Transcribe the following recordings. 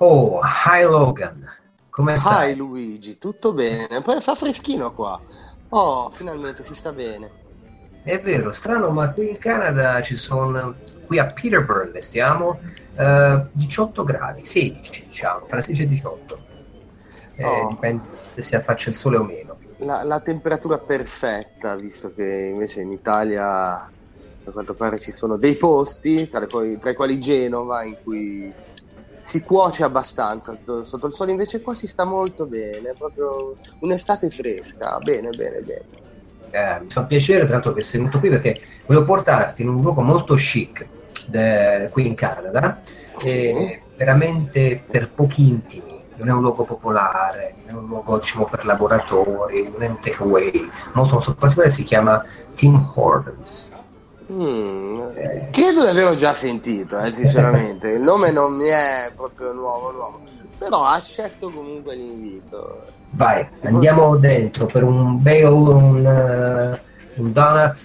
Oh, hi Logan, come Hi stai? Luigi, tutto bene? Poi fa freschino qua. Oh, finalmente si sta bene. È vero, strano, ma qui in Canada ci sono, qui a Peterborough stiamo, 18 gradi, 16 diciamo, tra 16 e 18. Oh, Dipende se si affaccia il sole o meno. la temperatura perfetta, visto che invece in Italia a quanto pare ci sono dei posti, tra i quali Genova, in cui si cuoce abbastanza sotto il sole, invece qua si sta molto bene, è proprio un'estate fresca, bene, bene, bene. Mi fa piacere tanto che sei venuto qui perché volevo portarti in un luogo molto chic qui in Canada, Sì? veramente per pochi intimi. Non è un luogo popolare, non è un luogo diciamo, per lavoratori, non è un takeaway, molto molto particolare, si chiama Tim Hortons. Eh, Credo di averlo già sentito, sinceramente. Il nome non mi è proprio nuovo, però accetto comunque l'invito. Vai, andiamo dentro per un bagel, un donuts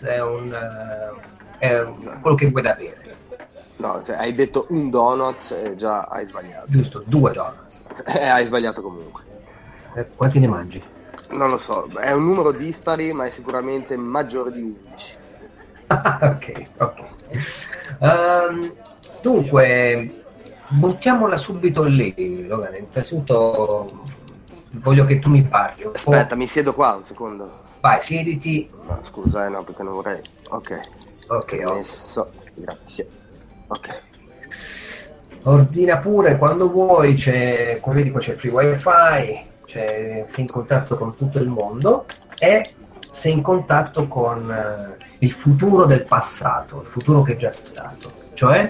quello che vuoi da bere. No, se hai detto un donut, già hai sbagliato. Giusto, due donuts. Hai sbagliato comunque. Quanti ne mangi? Non lo so, è un numero dispari, ma è sicuramente maggiore di 11. Ok, ok. Ehm, Dunque, buttiamola subito lì, Logan. Innanzitutto voglio che tu mi parli un po'. Aspetta, mi siedo qua un secondo. Vai, siediti. No, scusa, no, perché non vorrei. Ok, Ok, permesso, grazie. Ok. ordina pure quando vuoi, come vedi qua c'è il free wifi, sei in contatto con tutto il mondo e sei in contatto con il futuro del passato, il futuro che è già stato, cioè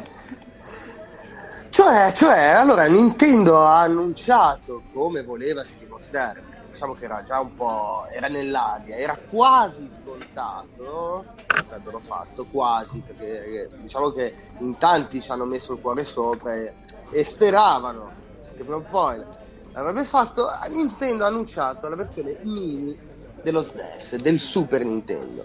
Allora Nintendo ha annunciato come voleva si dimostrare, perché diciamo che era già un po', era nell'aria, era quasi scontato, l'avrebbero fatto quasi, perché diciamo che in tanti ci hanno messo il cuore sopra e speravano che prima o poi l'avrebbe fatto. Nintendo ha annunciato la versione mini dello SNES, del Super Nintendo.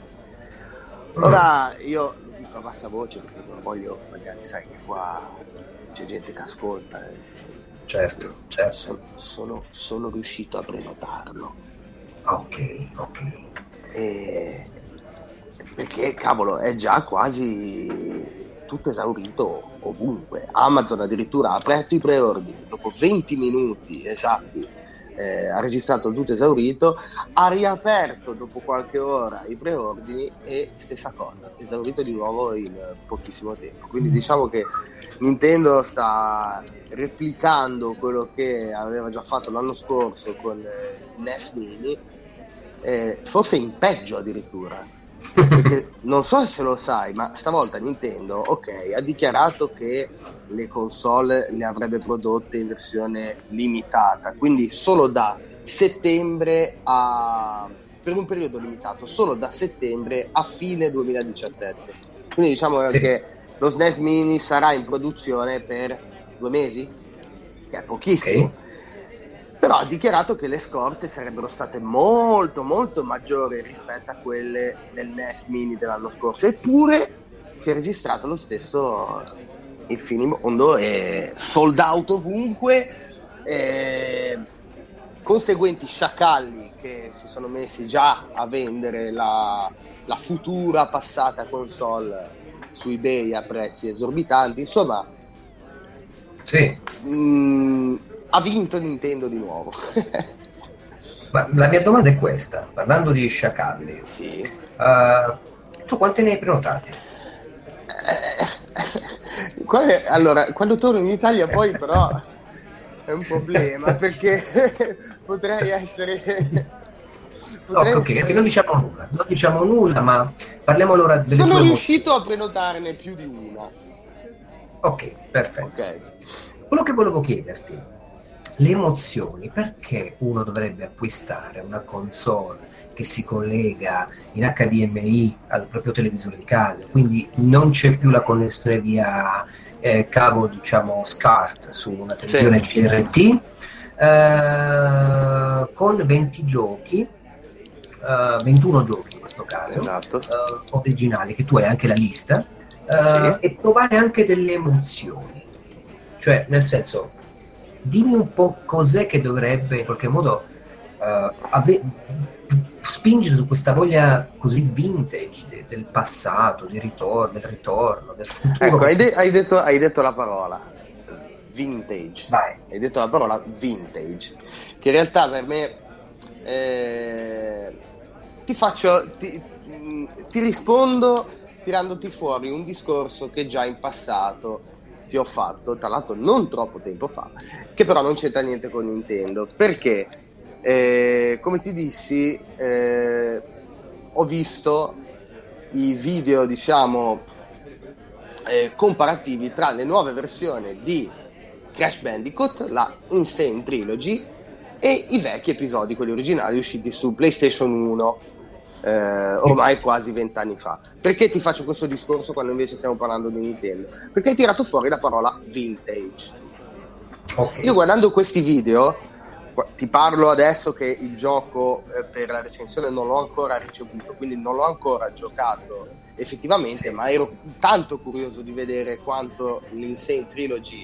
Ora io lo dico a bassa voce perché non voglio, magari sai che qua c'è gente che ascolta. certo, certo, Sono riuscito a prenotarlo. ok, ok. E... Perché cavolo, è già quasi tutto esaurito ovunque. Amazon addirittura ha aperto i preordini dopo 20 minuti esatti. Ha registrato tutto esaurito, ha riaperto dopo qualche ora i preordini e stessa cosa, esaurito di nuovo in pochissimo tempo. Quindi diciamo che Nintendo sta replicando quello che aveva già fatto l'anno scorso con il NES Mini, forse in peggio addirittura. Perché non so se lo sai, ma stavolta Nintendo, ok, ha dichiarato che le console le avrebbe prodotte in versione limitata, quindi solo da settembre per un periodo limitato, solo da settembre a fine 2017. Quindi diciamo Sì. che lo SNES Mini sarà in produzione per 2 mesi, che è pochissimo. Ok. Però ha dichiarato che le scorte sarebbero state molto molto maggiori rispetto a quelle del NES Mini dell'anno scorso, eppure si è registrato lo stesso infinimondo e sold out ovunque, conseguenti sciacalli che si sono messi già a vendere la futura passata console su eBay a prezzi esorbitanti. Insomma, Sì, ha vinto Nintendo di nuovo. ma la mia domanda è questa, parlando di sciacalli, Sì. tu quanti ne hai prenotati? Allora, quando torno in Italia poi però è un problema perché potrei essere. No, ok, che non diciamo nulla, ma parliamo allora delle Sono tue riuscito a emozioni. prenotarne più di una. Ok, perfetto. Ok. Quello che volevo chiederti, le emozioni, perché uno dovrebbe acquistare una console che si collega in HDMI al proprio televisore di casa, quindi non c'è più la connessione via cavo, diciamo, SCART su una televisione Sì. CRT, con 20 giochi, 21 giochi in questo caso, Esatto. originali, che tu hai anche la lista, Sì. e provare anche delle emozioni. Cioè, nel senso, dimmi un po' cos'è che dovrebbe in qualche modo spingere su questa voglia così vintage del passato, del ritorno, del futuro. Ecco, hai detto la parola vintage. Vai. Hai detto la parola vintage, che in realtà per me ti rispondo tirandoti fuori un discorso che già in passato ti ho fatto, tra l'altro non troppo tempo fa, che però non c'entra niente con Nintendo, perché come ti dissi, ho visto i video, diciamo, comparativi tra le nuove versioni di Crash Bandicoot, la Insane Trilogy, e i vecchi episodi, quelli originali usciti su PlayStation 1 ormai quasi 20 anni fa. Perché ti faccio questo discorso quando invece stiamo parlando di Nintendo? Perché hai tirato fuori la parola vintage. Okay. Io guardando questi video, ti parlo adesso che il gioco per la recensione non l'ho ancora ricevuto, quindi non l'ho ancora giocato effettivamente, sì, ma ero tanto curioso di vedere quanto l'Insane Trilogy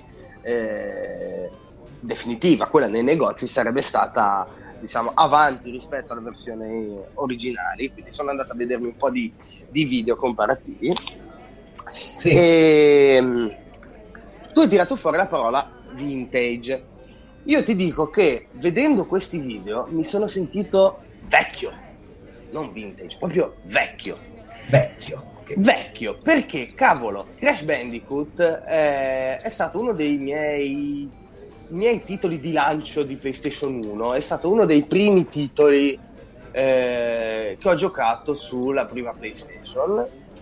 definitiva, quella nei negozi, sarebbe stata, diciamo, avanti rispetto alle versioni originali. Quindi sono andato a vedermi un po' di video comparativi, sì. E tu hai tirato fuori la parola vintage. Io ti dico che vedendo questi video mi sono sentito vecchio, non vintage, proprio vecchio, okay. Vecchio, perché cavolo, Crash Bandicoot è stato uno dei miei titoli di lancio di PlayStation 1, è stato uno dei primi titoli che ho giocato sulla prima PlayStation,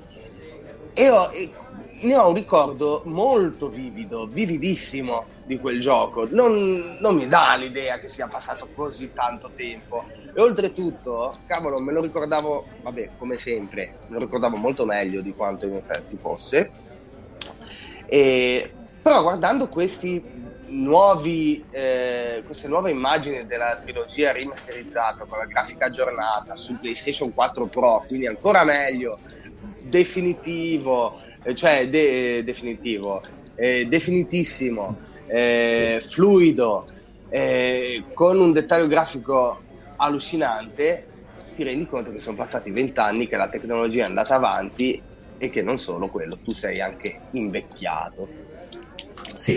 e ne ho un ricordo molto vividissimo di quel gioco. Non mi dà l'idea che sia passato così tanto tempo, e oltretutto, cavolo, me lo ricordavo, vabbè, come sempre, me lo ricordavo molto meglio di quanto in effetti fosse. Però guardando queste nuove immagini della trilogia rimasterizzata con la grafica aggiornata su PlayStation 4 Pro, quindi ancora meglio, definitivo, cioè definitissimo, fluido, con un dettaglio grafico allucinante, ti rendi conto che sono passati 20 anni, che la tecnologia è andata avanti e che non solo quello, tu sei anche invecchiato. Sì.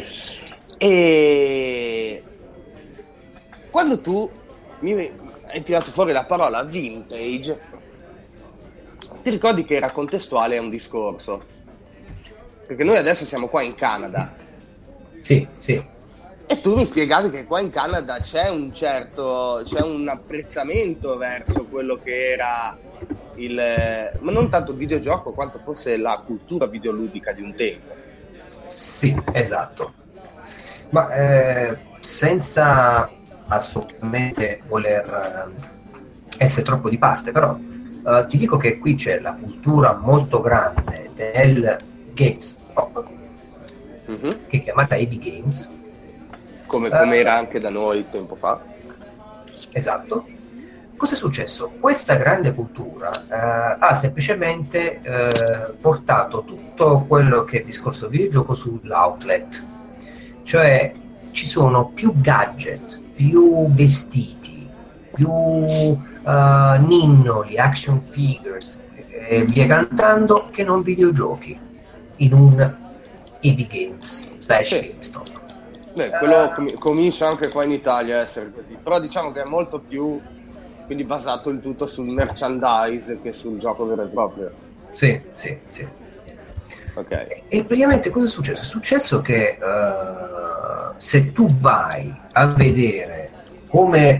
E quando tu mi hai tirato fuori la parola vintage, ti ricordi che era contestuale a un discorso? Perché noi adesso siamo qua in Canada. Sì, sì. E tu mi spiegavi che qua in Canada c'è un apprezzamento verso quello che era ma non tanto il videogioco quanto forse la cultura videoludica di un tempo. Sì, esatto. Ma senza assolutamente voler essere troppo di parte, però ti dico che qui c'è la cultura molto grande del GameStop, che è chiamata EB Games, come era anche da noi tempo fa. Esatto. Cosa è successo? Questa grande cultura ha semplicemente portato tutto quello che è il discorso videogioco sull'outlet, cioè ci sono più gadget, più vestiti, più ninnoli, action figures, via cantando, che non videogiochi in un EB Games / GameStop. Quello comincia anche qua in Italia a essere così, però diciamo che è molto più, quindi basato il tutto sul merchandise che sul gioco vero e proprio. Sì. Okay. E praticamente cosa è successo? È successo che se tu vai a vedere come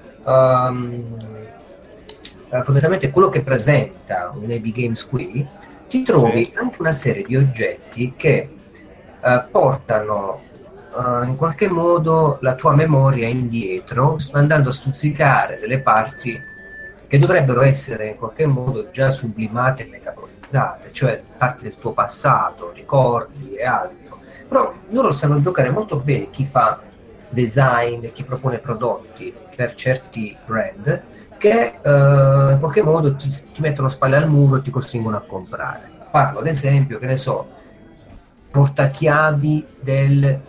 fondamentalmente quello che presenta un EB Games qui, ti trovi anche una serie di oggetti che portano in qualche modo la tua memoria indietro, andando a stuzzicare delle parti che dovrebbero essere in qualche modo già sublimate e metabolizzate, cioè parti del tuo passato, ricordi e altro. Però loro sanno giocare molto bene, chi fa design, chi propone prodotti per certi brand, che in qualche modo ti mettono spalle al muro e ti costringono a comprare. Parlo ad esempio, che ne so, portachiavi del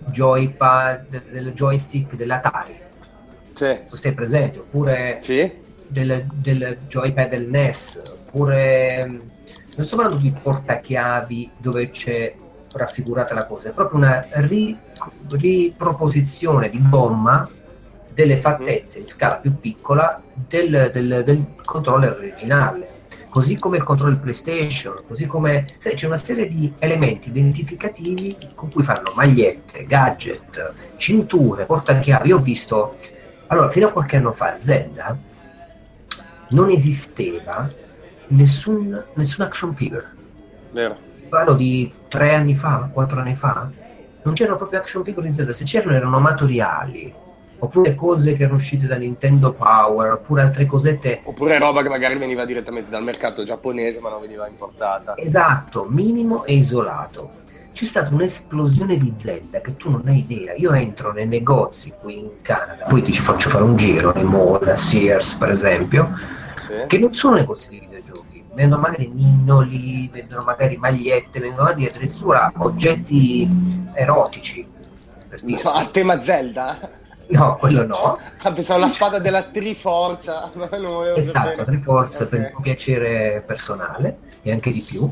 joypad, del joystick dell'Atari, Sì. tu stai presente, oppure Sì? del joypad del NES, oppure non sto parlando di portachiavi dove c'è raffigurata la cosa, è proprio una riproposizione di gomma delle fattezze in scala più piccola del controller originale, così come il controller PlayStation, così come sai, c'è una serie di elementi identificativi con cui fanno magliette, gadget, cinture, portachiavi. Io ho visto, allora, fino a qualche anno fa Zelda non esisteva nessun action figure. Vero. Parlo di 3 anni fa, 4 anni fa, non c'erano proprio action figure in Zelda, se c'erano erano amatoriali, oppure cose che erano uscite da Nintendo Power, oppure altre cosette. Oppure roba che magari veniva direttamente dal mercato giapponese ma non veniva importata. Esatto, minimo e isolato. C'è stata un'esplosione di Zelda che tu non hai idea. Io entro nei negozi qui in Canada, poi ti ci faccio fare un giro nei mall, a Sears per esempio, Sì. che non sono negozi di videogiochi, vendono magari ninnoli, vendono magari magliette, vendono addirittura oggetti erotici, per dire. No, a tema Zelda? No, quello no. Pensavo alla spada della Triforza. Ma non volevo Esatto, sapere. Triforce Ok. per il tuo piacere personale e anche di più.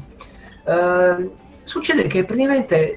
Succede che praticamente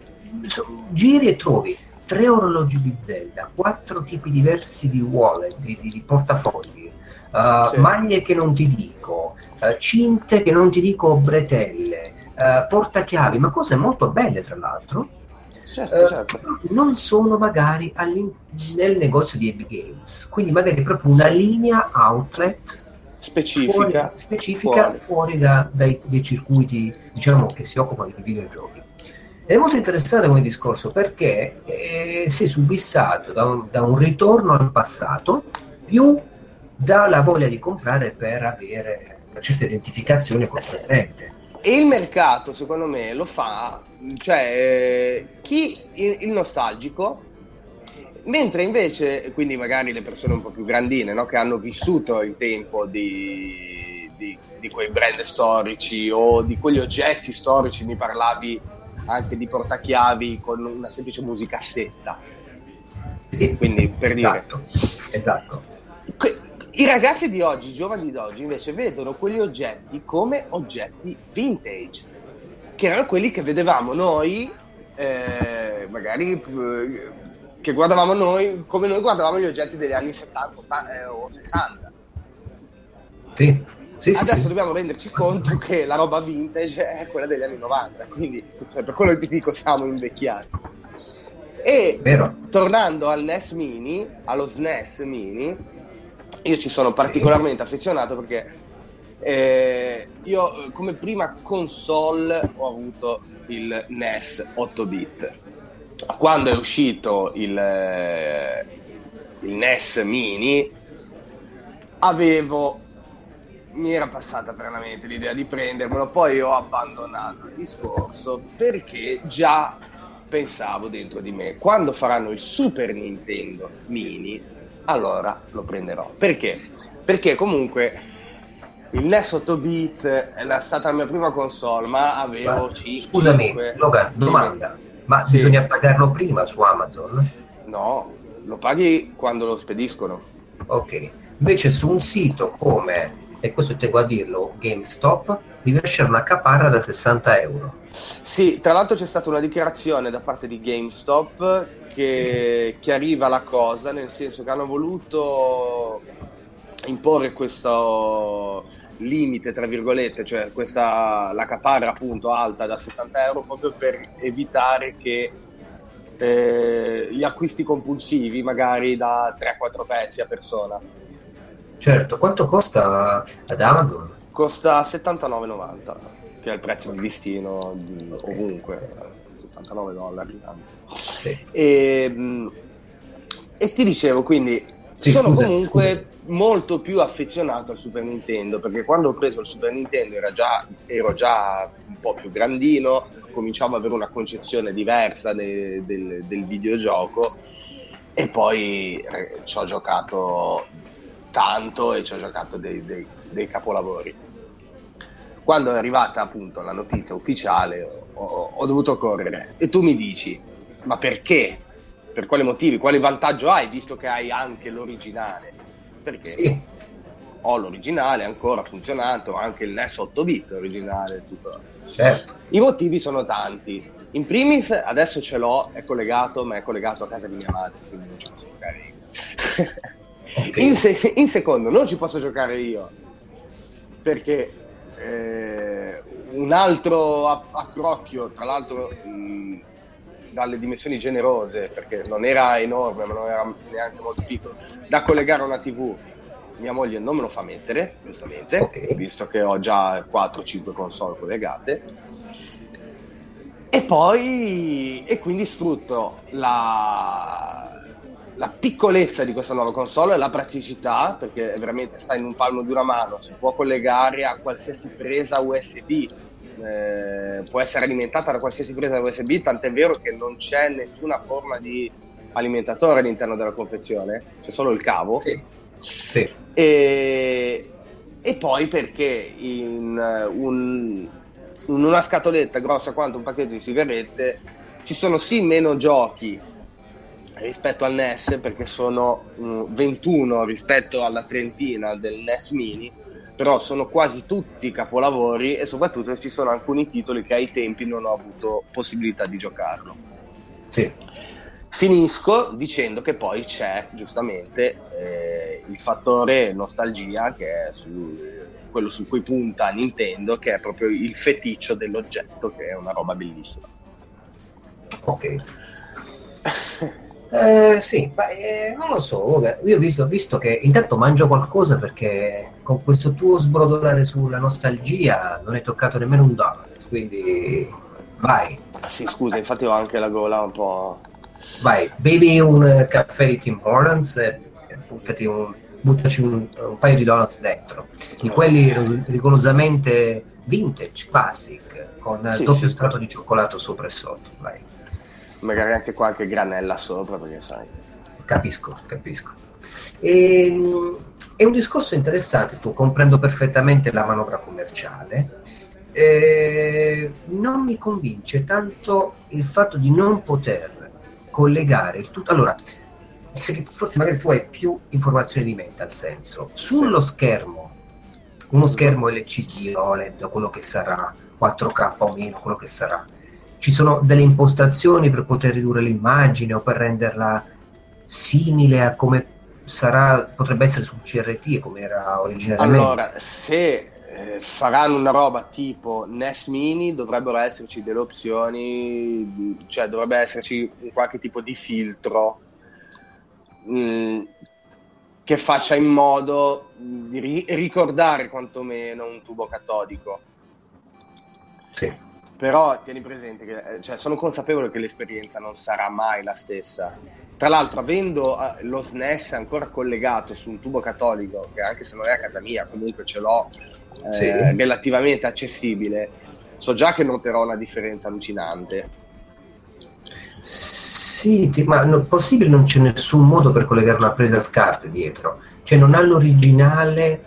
giri e trovi 3 orologi di Zelda, 4 tipi diversi di wallet, di portafogli, Sì. maglie che non ti dico, cinte che non ti dico, bretelle, portachiavi, ma cose molto belle tra l'altro. Certo, certo. Non sono magari nel negozio di Epic Games, quindi magari proprio una linea outlet Specifica. fuori dai circuiti, diciamo, che si occupano di videogiochi. È molto interessante come discorso perché si è subissato da un ritorno al passato più dalla voglia di comprare per avere una certa identificazione col presente. E il mercato, secondo me, lo fa, cioè il nostalgico, mentre invece, quindi magari le persone un po' più grandine, no, che hanno vissuto il tempo di quei brand storici o di quegli oggetti storici, mi parlavi anche di portachiavi con una semplice musicassetta. Sì, Quindi per dire. Esatto. I ragazzi di oggi, i giovani di oggi, invece vedono quegli oggetti come oggetti vintage, che erano quelli che vedevamo noi, magari che guardavamo noi, come noi guardavamo gli oggetti degli anni 70 o 60. Sì. Adesso dobbiamo renderci conto che la roba vintage è quella degli anni 90, quindi per quello ti dico siamo invecchiati. E Vero. tornando al NES Mini, allo SNES Mini, io ci sono particolarmente affezionato perché io come prima console ho avuto il NES 8-bit. Quando è uscito il NES Mini mi era passata per la mente l'idea di prendermelo, poi ho abbandonato il discorso perché già pensavo dentro di me, quando faranno il Super Nintendo Mini, allora lo prenderò. Perché? Perché comunque il NES 8-bit è stata la mia prima console, ma avevo Scusami, Logan, domanda, ma sì, bisogna pagarlo prima su Amazon? No, lo paghi quando lo spediscono. Ok, invece su un sito come, e questo tengo a dirlo, GameStop, devi lasciare una caparra da 60 euro. Sì, tra l'altro c'è stata una dichiarazione da parte di GameStop che chiariva la cosa, nel senso che hanno voluto imporre questo limite, tra virgolette, cioè la caparra appunto alta da 60 euro proprio per evitare che gli acquisti compulsivi magari da 3-4 pezzi a persona. Certo, quanto costa ad Amazon? Costa 79,90, che è il prezzo di listino ovunque, $79. Sì. E ti dicevo, quindi sono comunque molto più affezionato al Super Nintendo, perché quando ho preso il Super Nintendo ero già un po' più grandino, cominciavo ad avere una concezione diversa del videogioco, e poi ci ho giocato tanto e ci ho giocato dei capolavori. Quando è arrivata appunto la notizia ufficiale ho dovuto correre, e tu mi dici Ma perché? Per quali motivi? Quale vantaggio hai, visto che hai anche l'originale? Perché Sì, ho l'originale ancora funzionante, ho anche il NES 8 bit originale, tutto. certo. I motivi sono tanti. In primis, adesso ce l'ho, è collegato, ma è collegato a casa di mia madre, quindi non ci posso giocare io. Ok. In secondo, non ci posso giocare io, perché un altro accrocchio, tra l'altro dalle dimensioni generose, perché non era enorme, ma non era neanche molto piccolo, da collegare a una TV, mia moglie non me lo fa mettere, giustamente, Ok. visto che ho già 4-5 console collegate. E quindi sfrutto la piccolezza di questa nuova console e la praticità, perché veramente sta in un palmo di una mano, si può collegare a qualsiasi presa USB, può essere alimentata da qualsiasi presa USB, tant'è vero che non c'è nessuna forma di alimentatore all'interno della confezione, c'è solo il cavo. Sì. Sì. E poi perché in una scatoletta grossa quanto un pacchetto di sigarette ci sono sì meno giochi rispetto al NES, perché sono 21 rispetto alla trentina del NES Mini, però sono quasi tutti capolavori e soprattutto ci sono alcuni titoli che ai tempi non ho avuto possibilità di giocarlo. Sì. Finisco dicendo che poi c'è giustamente il fattore nostalgia, che è quello su cui punta Nintendo, che è proprio il feticcio dell'oggetto, che è una roba bellissima. Ok. Sì, ma, non lo so, io ho visto che intanto mangio qualcosa, perché con questo tuo sbrodolare sulla nostalgia non hai toccato nemmeno un donuts, quindi vai, Sì, scusa, infatti ho anche la gola un po'... vai, bevi un caffè di Tim Hortons e buttaci un paio di donuts dentro, di quelli rigorosamente vintage, classic, con Sì, doppio sì. strato di cioccolato sopra e sotto, vai. Magari anche qualche granella sopra, perché sai. Capisco. È un discorso interessante, tu, comprendo perfettamente la manovra commerciale. Non mi convince tanto il fatto di non poter collegare il tutto. Allora, forse magari tu hai più informazioni di me in tal senso. Sullo schermo, uno schermo LCD, OLED, quello che sarà, 4K o meno, quello che sarà, ci sono delle impostazioni per poter ridurre l'immagine o per renderla simile a come potrebbe essere sul CRT e come era originariamente. Allora, se faranno una roba tipo NES Mini, dovrebbero esserci delle opzioni, cioè dovrebbe esserci qualche tipo di filtro che faccia in modo di ricordare quantomeno un tubo catodico. Sì. Però tieni presente che sono consapevole che l'esperienza non sarà mai la stessa. Tra l'altro, avendo lo SNES ancora collegato su un tubo catodico, che anche se non è a casa mia, comunque ce l'ho Sì. relativamente accessibile, so già che noterò una differenza allucinante. Sì, ma possibile non c'è nessun modo per collegare una presa a SCART dietro? Cioè non ha l'originale...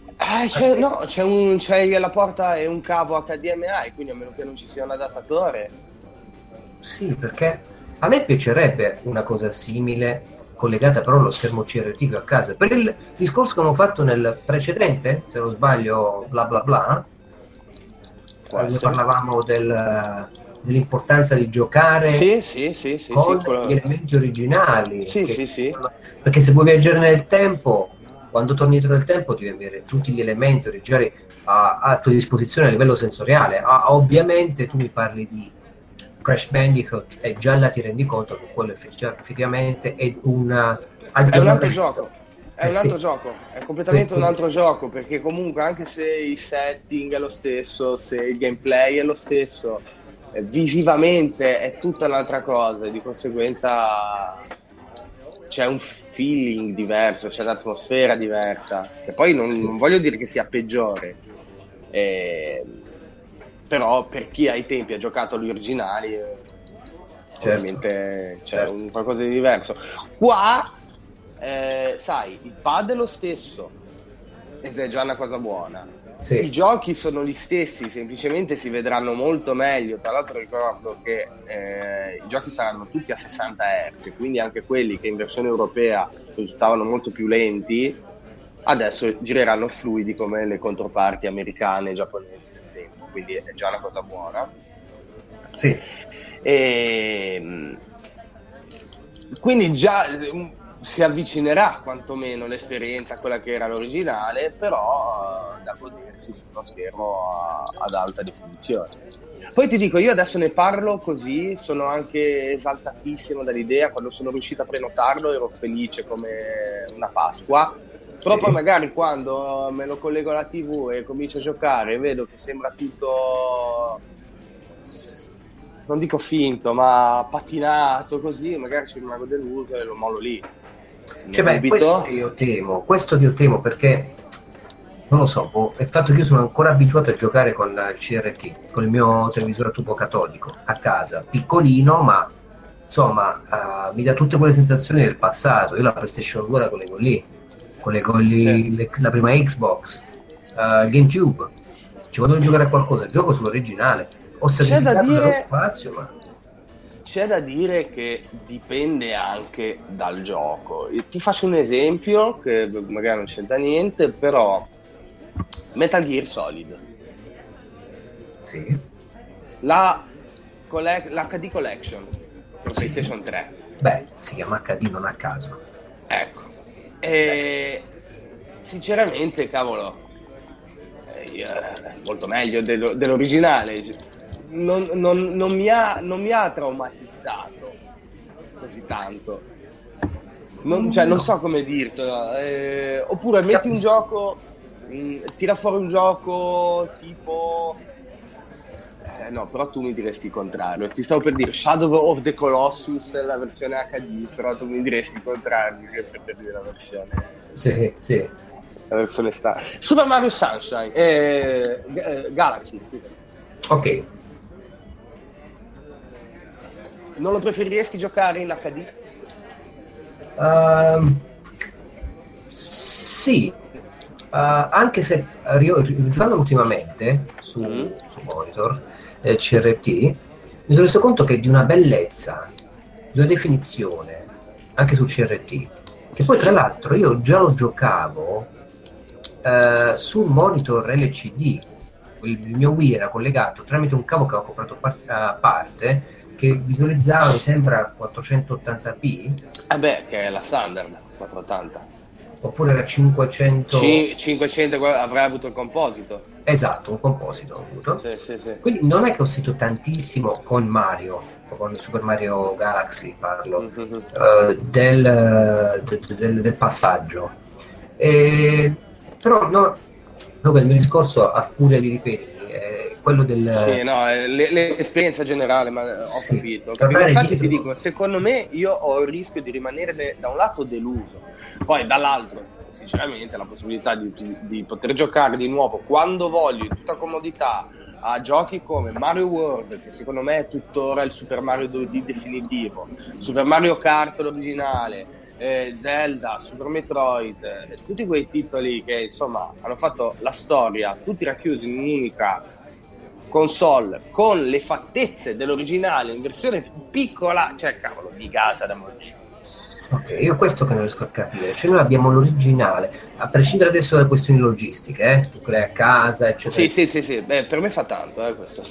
C'è la porta e un cavo HDMI, quindi a meno che non ci sia un adattatore. Sì, perché a me piacerebbe una cosa simile, collegata però allo schermo CRT che ho a casa. Per il discorso che abbiamo fatto nel precedente, se non sbaglio, bla bla bla, quando parlavamo dell'importanza di giocare con gli elementi originali. Sì. Perché se vuoi viaggiare nel tempo, quando torni indietro nel tempo devi avere tutti gli elementi originali a tua disposizione a livello sensoriale. Ovviamente tu mi parli di Crash Bandicoot e già la ti rendi conto che quello effettivamente è un altro gioco. È un altro sì. gioco, è completamente un altro gioco, perché comunque anche se il setting è lo stesso, se il gameplay è lo stesso, visivamente è tutta un'altra cosa, e di conseguenza c'è un feeling diverso, c'è un'atmosfera diversa, che poi non voglio dire che sia peggiore, però per chi ai tempi ha giocato agli originali ovviamente c'è un qualcosa di diverso. Qua sai, il pad è lo stesso ed è già una cosa buona, Sì. I giochi sono gli stessi, semplicemente si vedranno molto meglio. Tra l'altro ricordo che i giochi saranno tutti a 60 Hz, quindi anche quelli che in versione europea risultavano molto più lenti, adesso gireranno fluidi come le controparti americane e giapponesi del tempo, quindi è già una cosa buona. Sì. E quindi già si avvicinerà quantomeno l'esperienza a quella che era l'originale, però da godersi su uno schermo ad alta definizione. Poi ti dico, io adesso ne parlo così, sono anche esaltatissimo dall'idea. Quando sono riuscito a prenotarlo ero felice come una Pasqua, però poi magari quando me lo collego alla TV e comincio a giocare e vedo che sembra tutto, non dico finto, ma patinato così, magari ci rimango deluso e lo mollo lì. Questo che io temo perché non lo so, il fatto che io sono ancora abituato a giocare con il CRT, con il mio televisore a tubo catodico a casa, piccolino, ma insomma mi dà tutte quelle sensazioni del passato. Io la PlayStation 2 la collego lì, Sì. la prima Xbox, GameCube, ci vado a giocare a qualcosa, gioco sull'originale, ho sacrificato dello spazio, ma c'è da dire che dipende anche dal gioco. Io ti faccio un esempio che magari non c'entra niente, però Metal Gear Solid, sì, l'HD Collection per sì. PlayStation 3. Beh, si chiama HD non a caso. Ecco. E sinceramente, cavolo, molto meglio dell'originale. Non mi ha traumatizzato così tanto. Non so come dirtelo. Oppure metti un gioco, tira fuori un gioco tipo no, però tu mi diresti il contrario. Ti stavo per dire Shadow of the Colossus, la versione HD, però tu mi diresti il contrario, per dire la versione. Sì. La versione Super Mario Sunshine, Galaxy. Ok. Non lo preferiresti giocare in HD? Sì, anche se giocando ultimamente su monitor CRT mi sono reso conto che è di una bellezza, di una definizione anche su CRT, che poi tra l'altro io già lo giocavo su un monitor LCD. Il mio Wii era collegato tramite un cavo che avevo comprato a parte, che visualizzava, mi sembra, 480p. Beh, che è la standard 480. Oppure era 500. 500 avrai avuto il composito. Esatto, un composito ho avuto. Sì. Quindi non è che ho sentito tantissimo con Mario, con Super Mario Galaxy parlo, del passaggio. Però no, il mio discorso a furia di ripetermi è quello del... Sì, no, l'esperienza generale, ma ho capito. Infatti ti dico, secondo me io ho il rischio di rimanere da un lato deluso, poi dall'altro sinceramente la possibilità di poter giocare di nuovo quando voglio, in tutta comodità, a giochi come Mario World, che secondo me è tuttora il Super Mario definitivo, Super Mario Kart l'originale, Zelda, Super Metroid, tutti quei titoli che insomma hanno fatto la storia, tutti racchiusi in un'unica console con le fattezze dell'originale in versione piccola, cioè cavolo, di casa da morire. Ok, io questo che non riesco a capire, cioè noi abbiamo l'originale, a prescindere adesso dalle questioni logistiche, tu crei a casa, eccetera. Sì, beh, per me fa tanto, questo.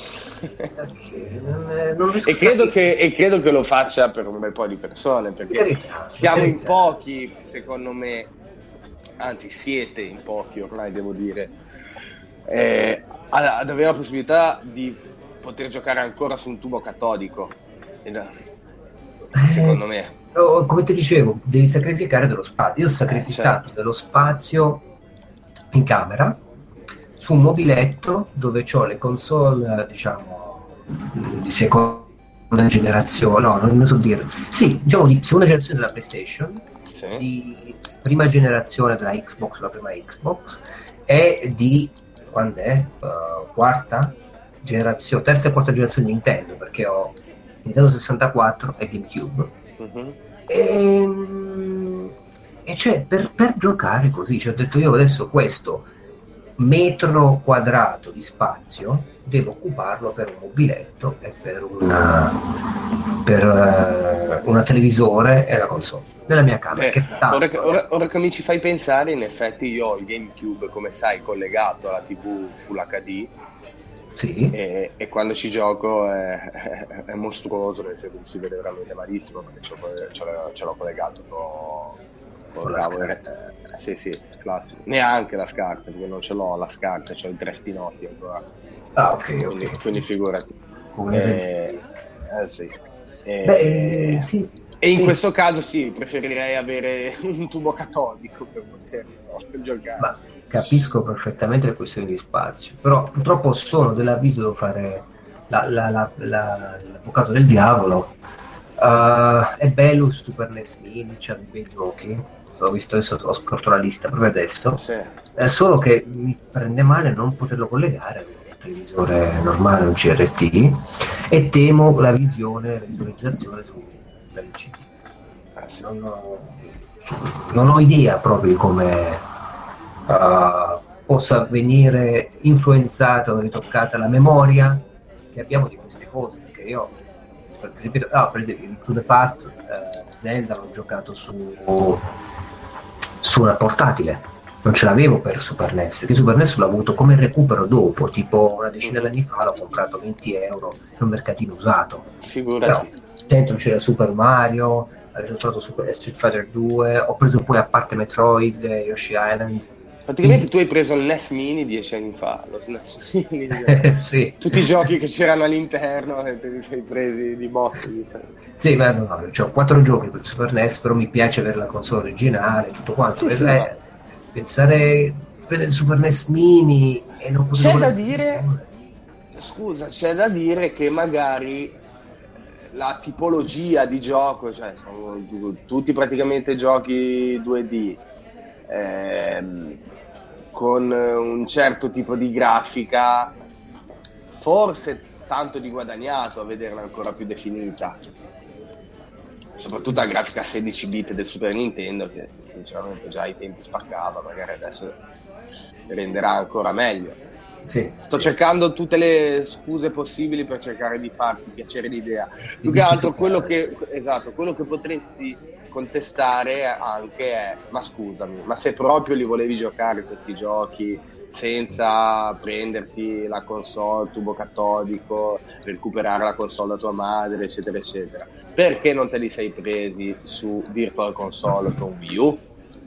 Non riesco e credo che lo faccia per un bel po' di persone, perché siamo in pochi, secondo me, anzi siete in pochi ormai, devo dire, ad avere la possibilità di poter giocare ancora su un tubo catodico, secondo me. Come ti dicevo, devi sacrificare dello spazio. Io ho sacrificato dello spazio in camera su un mobiletto dove ho le console, diciamo, di seconda generazione, no, non so dire, sì, diciamo di seconda generazione della PlayStation, di prima generazione della Xbox, la prima Xbox, e di quando è? Quarta generazione, terza e quarta generazione di Nintendo, perché ho Nintendo 64 e GameCube. E cioè per giocare così, cioè, ho detto io adesso questo metro quadrato di spazio devo occuparlo per un mobiletto e per una televisore e la console nella mia camera. Ora che mi ci fai pensare, in effetti io ho il GameCube, come sai, collegato alla TV Full HD. Sì. E quando ci gioco è mostruoso, nel senso che si vede veramente malissimo, perché ce l'ho collegato con la cavo. scarpa. Sì, classico. Neanche la scarpa, perché non ce l'ho la scarpa, c'ho i 3 spinotti ancora. Ah, ok. Quindi figurati. Sì. Sì. E in questo caso sì, preferirei avere un tubo catodico per poter giocare. Ma capisco perfettamente le questioni di spazio, però purtroppo sono dell'avviso, devo fare l'avvocato del diavolo. È bello il Super NES Mini, c'ha dei bei giochi, l'ho visto adesso, ho scorto la lista proprio adesso. Sì. Solo che mi prende male non poterlo collegare a un televisore normale, un CRT, e temo la visualizzazione su LCD. Non ho idea proprio di come possa venire influenzata o ritoccata la memoria che abbiamo di queste cose, perché io per esempio To The Past, Zelda l'ho giocato su una portatile, non ce l'avevo per Super NES, perché Super NES l'ho avuto come recupero dopo, tipo una decina d'anni fa l'ho comprato 20 euro in un mercatino usato. Figurati. Però dentro c'era Super Mario, ho trovato Street Fighter 2, ho preso poi a parte Metroid, Yoshi Island. Praticamente tu hai preso il NES Mini 10 anni fa, lo SNES Mini. Sì. Tutti i giochi che c'erano all'interno te li sei presi di botte. Sì, ma no, ho 4 giochi per Super NES, però mi piace avere la console originale, tutto quanto. Pensare di prendere il Super NES Mini e non poter... c'è da dire che magari la tipologia di gioco, cioè sono tutti praticamente giochi 2D, con un certo tipo di grafica, forse tanto di guadagnato a vederla ancora più definita, soprattutto la grafica 16 bit del Super Nintendo, che sinceramente già ai tempi spaccava, magari adesso renderà ancora meglio. Sto cercando tutte le scuse possibili per cercare di farti piacere l'idea. Più che altro quello che potresti contestare anche è: ma scusami, ma se proprio li volevi giocare questi giochi senza prenderti la console tubo catodico, recuperare la console da tua madre, eccetera eccetera, perché non te li sei presi su Virtual Console con Wii U?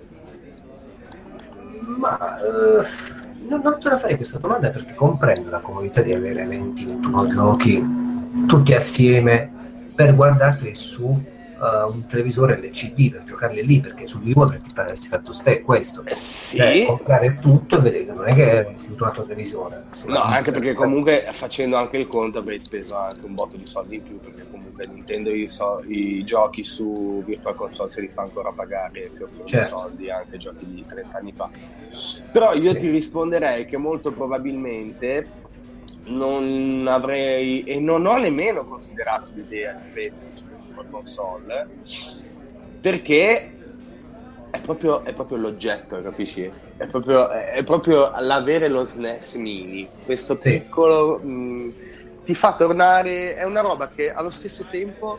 Ma non te la farei questa domanda, perché comprendo la comodità di avere 20-21 giochi tutti assieme per guardarli su un televisore LCD, per giocarli lì, perché sul Wii U avresti fatto questo. Sì. Cioè, comprare tutto e vedere, non è che sei un altro televisore. No, anche perché comunque, facendo anche il conto, avrei speso anche un botto di soldi in più, perché comunque Nintendo i giochi su Virtual Console se li fa ancora pagare più soldi, anche giochi di 30 anni fa. Però io ti risponderei che molto probabilmente non avrei, e non ho nemmeno considerato l'idea di prendere su Virtual Console, perché è proprio l'oggetto, capisci? È proprio l'avere lo SNES Mini, questo piccolo ti fa tornare, è una roba che allo stesso tempo,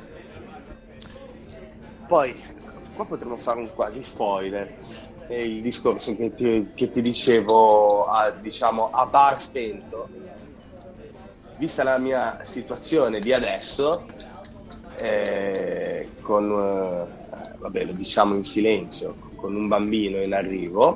poi qua potremmo fare un quasi spoiler, il discorso che ti dicevo a bar spento, vista la mia situazione di adesso, vabbè, lo diciamo in silenzio, con un bambino in arrivo,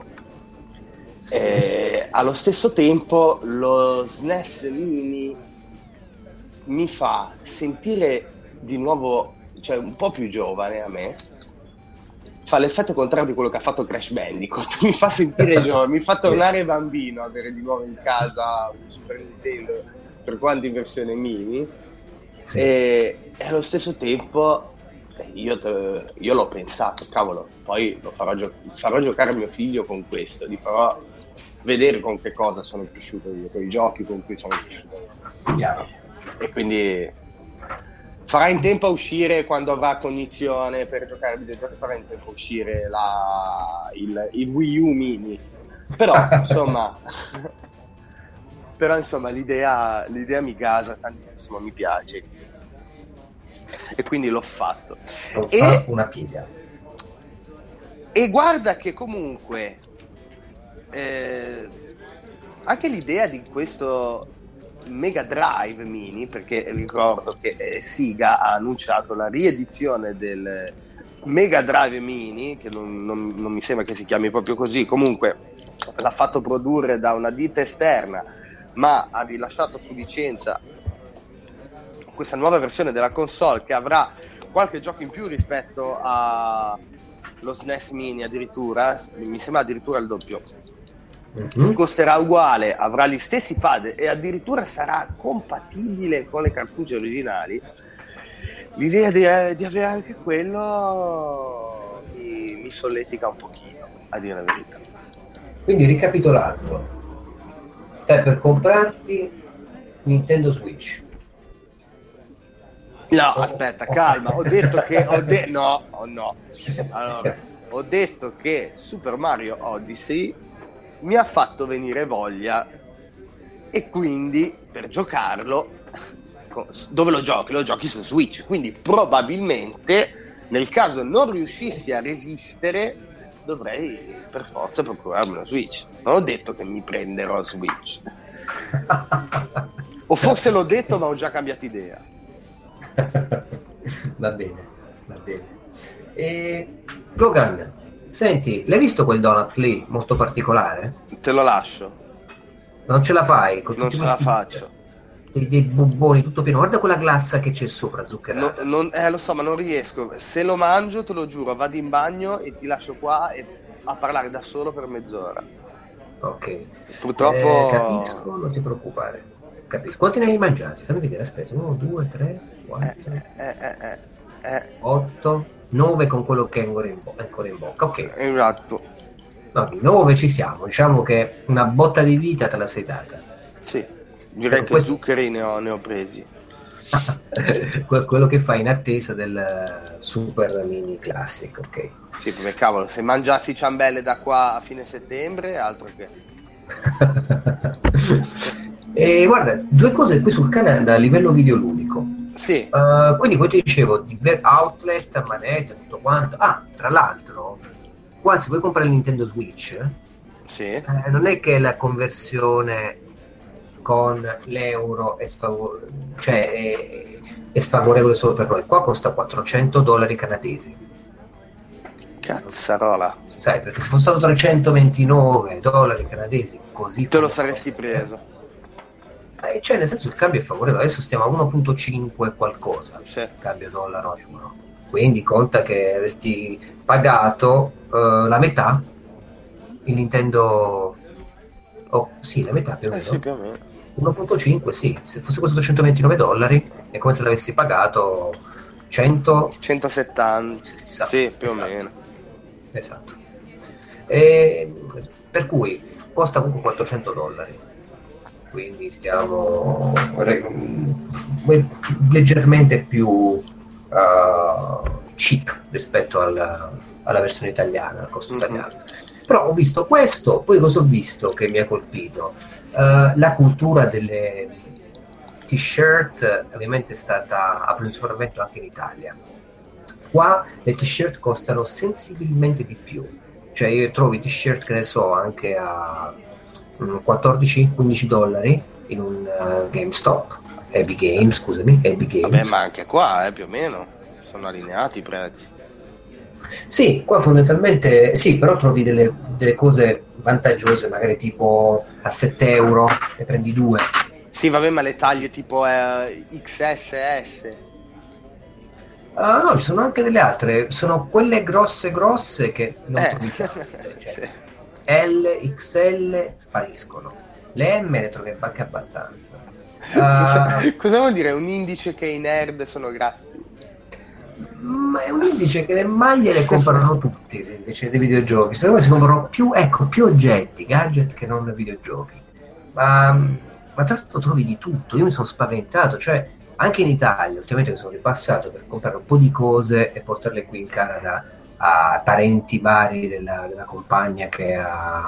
allo stesso tempo lo SNES Mini mi fa sentire di nuovo, cioè un po' più giovane a me, fa l'effetto contrario di quello che ha fatto Crash Bandicoot, mi fa sentire giovane, mi fa tornare bambino avere di nuovo in casa un Super Nintendo, per quanto in versione mini, e allo stesso tempo io l'ho pensato, cavolo, poi farò giocare mio figlio con questo, gli farò vedere con che cosa sono cresciuto io, con i giochi con cui sono cresciuto io. E quindi farà in tempo a uscire, quando avrà cognizione per giocare ai videogiochi, farà in tempo a uscire il Wii U Mini, Però insomma l'idea mi gasa tantissimo, mi piace, e quindi l'ho fatto. Non fa una piega. E guarda che comunque anche l'idea di questo Mega Drive Mini, perché ricordo che Sega ha annunciato la riedizione del Mega Drive Mini, che non mi sembra che si chiami proprio così, comunque l'ha fatto produrre da una ditta esterna, ma ha rilasciato su licenza questa nuova versione della console che avrà qualche gioco in più rispetto allo SNES Mini, addirittura, mi sembra addirittura il doppio. Costerà uguale, avrà gli stessi pad e addirittura sarà compatibile con le cartucce originali. L'idea di avere anche quello mi solletica un pochino, a dire la verità. Quindi, ricapitolando, stai per comprarti Nintendo Switch? No, aspetta, calma, ho detto che no. Allora, ho detto che Super Mario Odyssey mi ha fatto venire voglia, e quindi per giocarlo, dove lo giochi? Lo giochi su Switch, quindi probabilmente nel caso non riuscissi a resistere dovrei per forza procurarmi una Switch. Non ho detto che mi prenderò Switch, o forse l'ho detto ma ho già cambiato idea. Va bene. E Logan, senti, l'hai visto quel donut lì molto particolare? Te lo lascio. Non ce la fai? Non ce la faccio. Dei bubboni tutto pieno. Guarda quella glassa che c'è sopra, zuccherata. Lo so, ma non riesco. Se lo mangio, te lo giuro, vado in bagno e ti lascio qua a parlare da solo per mezz'ora. Ok. Purtroppo capisco, non ti preoccupare. Capisco. Quanti ne hai mangiati? Fammi vedere, aspetta. 1, 2, 3, 4, 8, 9 con quello che è ancora in bocca. Ok. Esatto. No, di 9 ci siamo. Diciamo che una botta di vita te la sei data. Sì, direi che zuccheri ne ho presi. Quello che fai in attesa del Super Mini Classic, ok? Sì, come cavolo, se mangiassi ciambelle da qua a fine settembre, altro che. E guarda, due cose qui sul canale a livello videoludico. Sì. Quindi poi ti dicevo, outlet, manette, tutto quanto. Ah, tra l'altro, qua se vuoi comprare il Nintendo Switch, sì. Non è che la conversione con l'euro è sfavorevole solo per noi. Qua costa $400 canadesi. Cazzarola. Sai, perché se fosse stato $329 canadesi, così te lo saresti preso. Cioè, nel senso, il cambio è favorevole. Adesso stiamo a 1.5 qualcosa, sì. Cambio dollaro-euro. Quindi conta che avresti pagato la metà il Nintendo. Sì, la metà più o meno. Sì, più o meno. 1.5, sì. Se fosse costato $129 è come se l'avessi pagato 170. Sì, più o meno. Esatto. Per cui costa comunque $400. Quindi stiamo leggermente più cheap rispetto alla versione italiana, al costo italiano. Però ho visto questo, poi cosa ho visto che mi ha colpito? La cultura delle t-shirt ovviamente ha preso sopravvento anche in Italia. Qua le t-shirt costano sensibilmente di più, cioè io trovo t-shirt che ne so anche a $14-15 in un GameStop, Epic Games. Vabbè, ma anche qua più o meno sono allineati i prezzi. Sì, qua fondamentalmente sì, però trovi delle cose vantaggiose, magari tipo a €7 ne prendi 2. Sì, vabbè, ma le taglie tipo XSS. No, ci sono anche delle altre, sono quelle grosse che non trovi tante, cioè, sì. L, XL spariscono, le M ne trovi anche abbastanza. Cosa vuol dire un indice che i nerd sono grassi? Ma è un indice che le maglie le comprano tutti invece dei videogiochi. Secondo me si comprano più oggetti, gadget che non videogiochi. Ma tra l'altro trovi di tutto. Io mi sono spaventato, cioè anche in Italia ultimamente mi sono ripassato per comprare un po' di cose e portarle qui in Canada a parenti vari della compagna che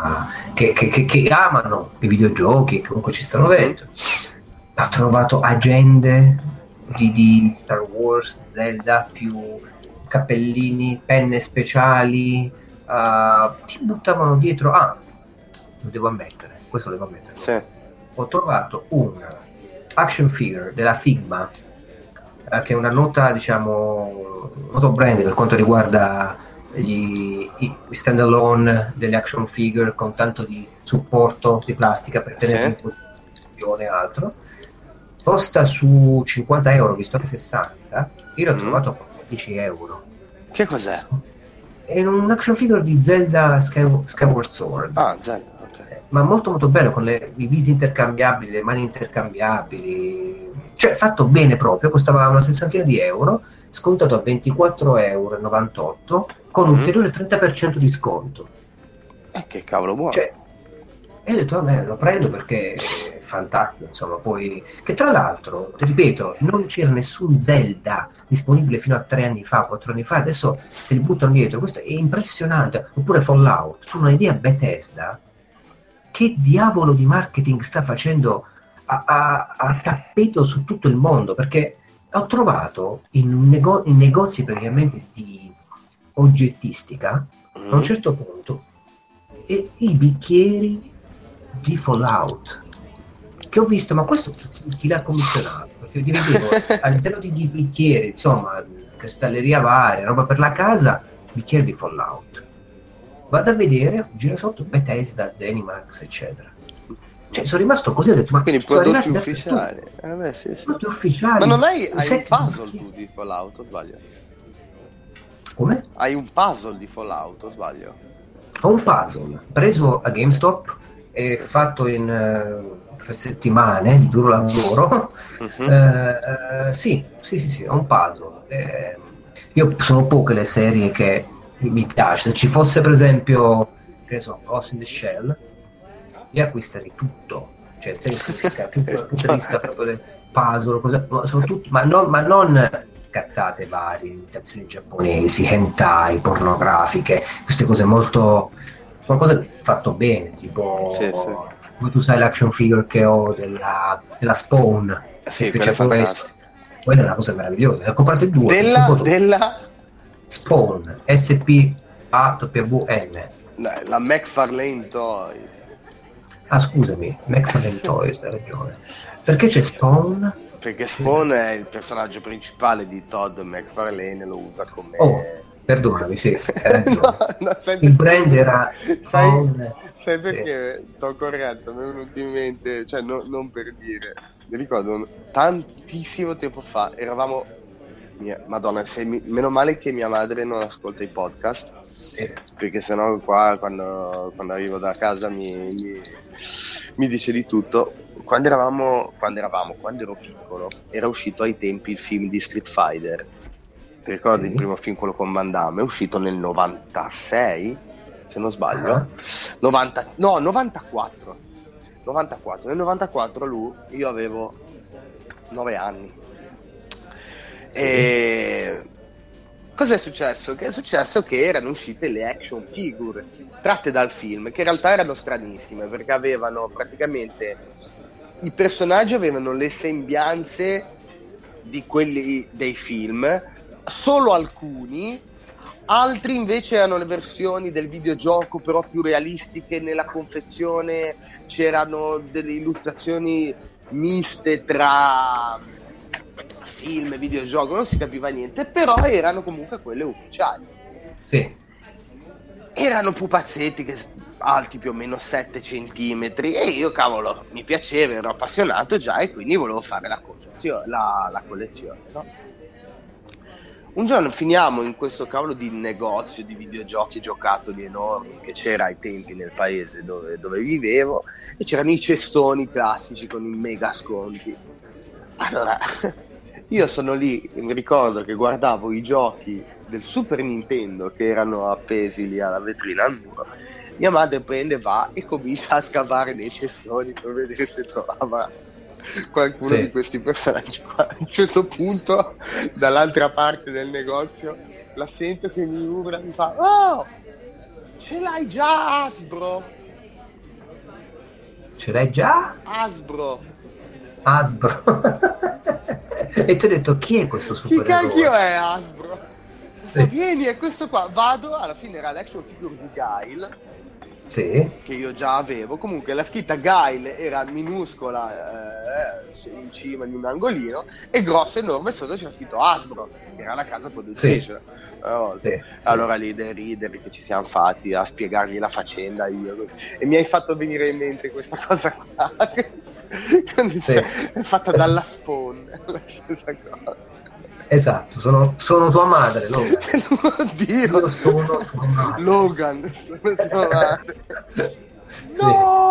amano i videogiochi e comunque ci stanno dentro. Ha trovato agende di Star Wars, Zelda, più cappellini, penne speciali, ti buttavano dietro. Lo devo ammettere, questo lo devo ammettere. Sì. Ho trovato un action figure della Figma, che è una nota, diciamo, noto brand per quanto riguarda i stand alone delle action figure, con tanto di supporto di plastica per tenere in posizione e altro. Costa su 50 euro, visto che 60. Io l'ho trovato a 10 euro. Che cos'è? È un action figure di Zelda Skyward Sword. Zelda, ok. Ma molto molto bello, con i visi intercambiabili, le mani intercambiabili, cioè fatto bene proprio. Costava una sessantina di euro, scontato a 24,98 euro con ulteriore 30% di sconto. Che cavolo buono. Cioè, e ho detto vabbè, lo prendo perché è fantastico, insomma. Poi, che tra l'altro, ti ripeto, non c'era nessun Zelda disponibile fino a 3 anni fa, 4 anni fa, adesso te li buttano dietro. Questo è impressionante. Oppure Fallout, tu non hai idea, Bethesda che diavolo di marketing sta facendo a tappeto su tutto il mondo, perché ho trovato in negozi praticamente di oggettistica a un certo punto i bicchieri di Fallout, che ho visto, ma questo chi l'ha commissionato? Perché io vedevo all'interno di bicchieri, insomma, cristalleria varia, roba per la casa, bicchieri di Fallout. Vado a vedere, gira sotto Bethesda, Zenimax, eccetera. Cioè, sono rimasto così, ho detto, ma quindi prodotti ufficiali. Sì. Prodotti ufficiali. Ma non hai un puzzle tu di Fallout, o sbaglio? Come? Hai un puzzle di Fallout, o sbaglio? Ho un puzzle preso a GameStop e fatto in 3 settimane di duro lavoro. Sì, ho un puzzle. Io sono poche le serie che mi piace. Se ci fosse per esempio, che ne so, Ghost in the Shell, io acquisterei tutto, cioè significa tutto dal punto di vista proprio del puzzle, ma non cazzate varie, imitazioni giapponesi, hentai, pornografiche, queste cose molto, sono cose fatte bene, tipo come tu sai l'action figure che ho della Spawn, quella è fantastica. Quella è una cosa meravigliosa, ho comprato i due della Spawn, SPAWN, la McFarlane Toys. Scusami, McFarlane Toys, hai ragione. Perché c'è Spawn? Perché Spawn è il personaggio principale di Todd McFarlane, lo usa come... Perdonami, sì, hai ragione. Il brand era Spawn. Sai perché sto corretto? Mi è venuto in mente, cioè non per dire, mi ricordo tantissimo tempo fa, eravamo... Madonna, meno male che mia madre non ascolta i podcast, perché sennò qua quando arrivo da casa mi dice di tutto. Quando ero piccolo, era uscito ai tempi il film di Street Fighter. Ti ricordi il primo film, quello con Van Damme? È uscito nel 96, se non sbaglio. 94. Nel 94 io avevo 9 anni. E cosa è successo? Che è successo che erano uscite le action figure tratte dal film, che in realtà erano stranissime, perché avevano praticamente, i personaggi avevano le sembianze di quelli dei film, solo alcuni, altri invece erano le versioni del videogioco però più realistiche. Nella confezione c'erano delle illustrazioni miste tra film e videogioco, non si capiva niente, però erano comunque quelle ufficiali. Sì. Erano pupazzetti alti più o meno 7 centimetri e io, cavolo, mi piaceva, ero appassionato già e quindi volevo fare la collezione, no? Un giorno finiamo in questo cavolo di negozio di videogiochi e giocattoli enormi che c'era ai tempi nel paese dove vivevo, e c'erano i cestoni classici con i mega sconti. Allora io sono lì, mi ricordo che guardavo i giochi del Super Nintendo che erano appesi lì alla vetrina al muro. Mia madre va e comincia a scavare nei cestoni per vedere se trovava qualcuno di questi personaggi qua. A un certo punto, dall'altra parte del negozio, la sento che mi urla, mi fa: oh, ce l'hai già Hasbro? Ce l'hai già? Hasbro. E tu hai detto, chi è questo Chi supereroe? cacchio è Hasbro? Sì. Vieni, è questo qua. Vado, alla fine era l'action figure di Guile, Sì. che io già avevo. Comunque la scritta Guile era minuscola in cima in un angolino, e grossa enorme sotto c'era scritto Hasbro, che era la casa produttrice. Sì. Allora lì dei rideri che ci siamo fatti a spiegargli la faccenda io, e mi hai fatto venire in mente questa cosa qua. È fatta dalla Spawn, la stessa cosa. Esatto, sono tua madre, Logan. Oddio, Io sono tua madre. Logan, sono tua madre. Sì.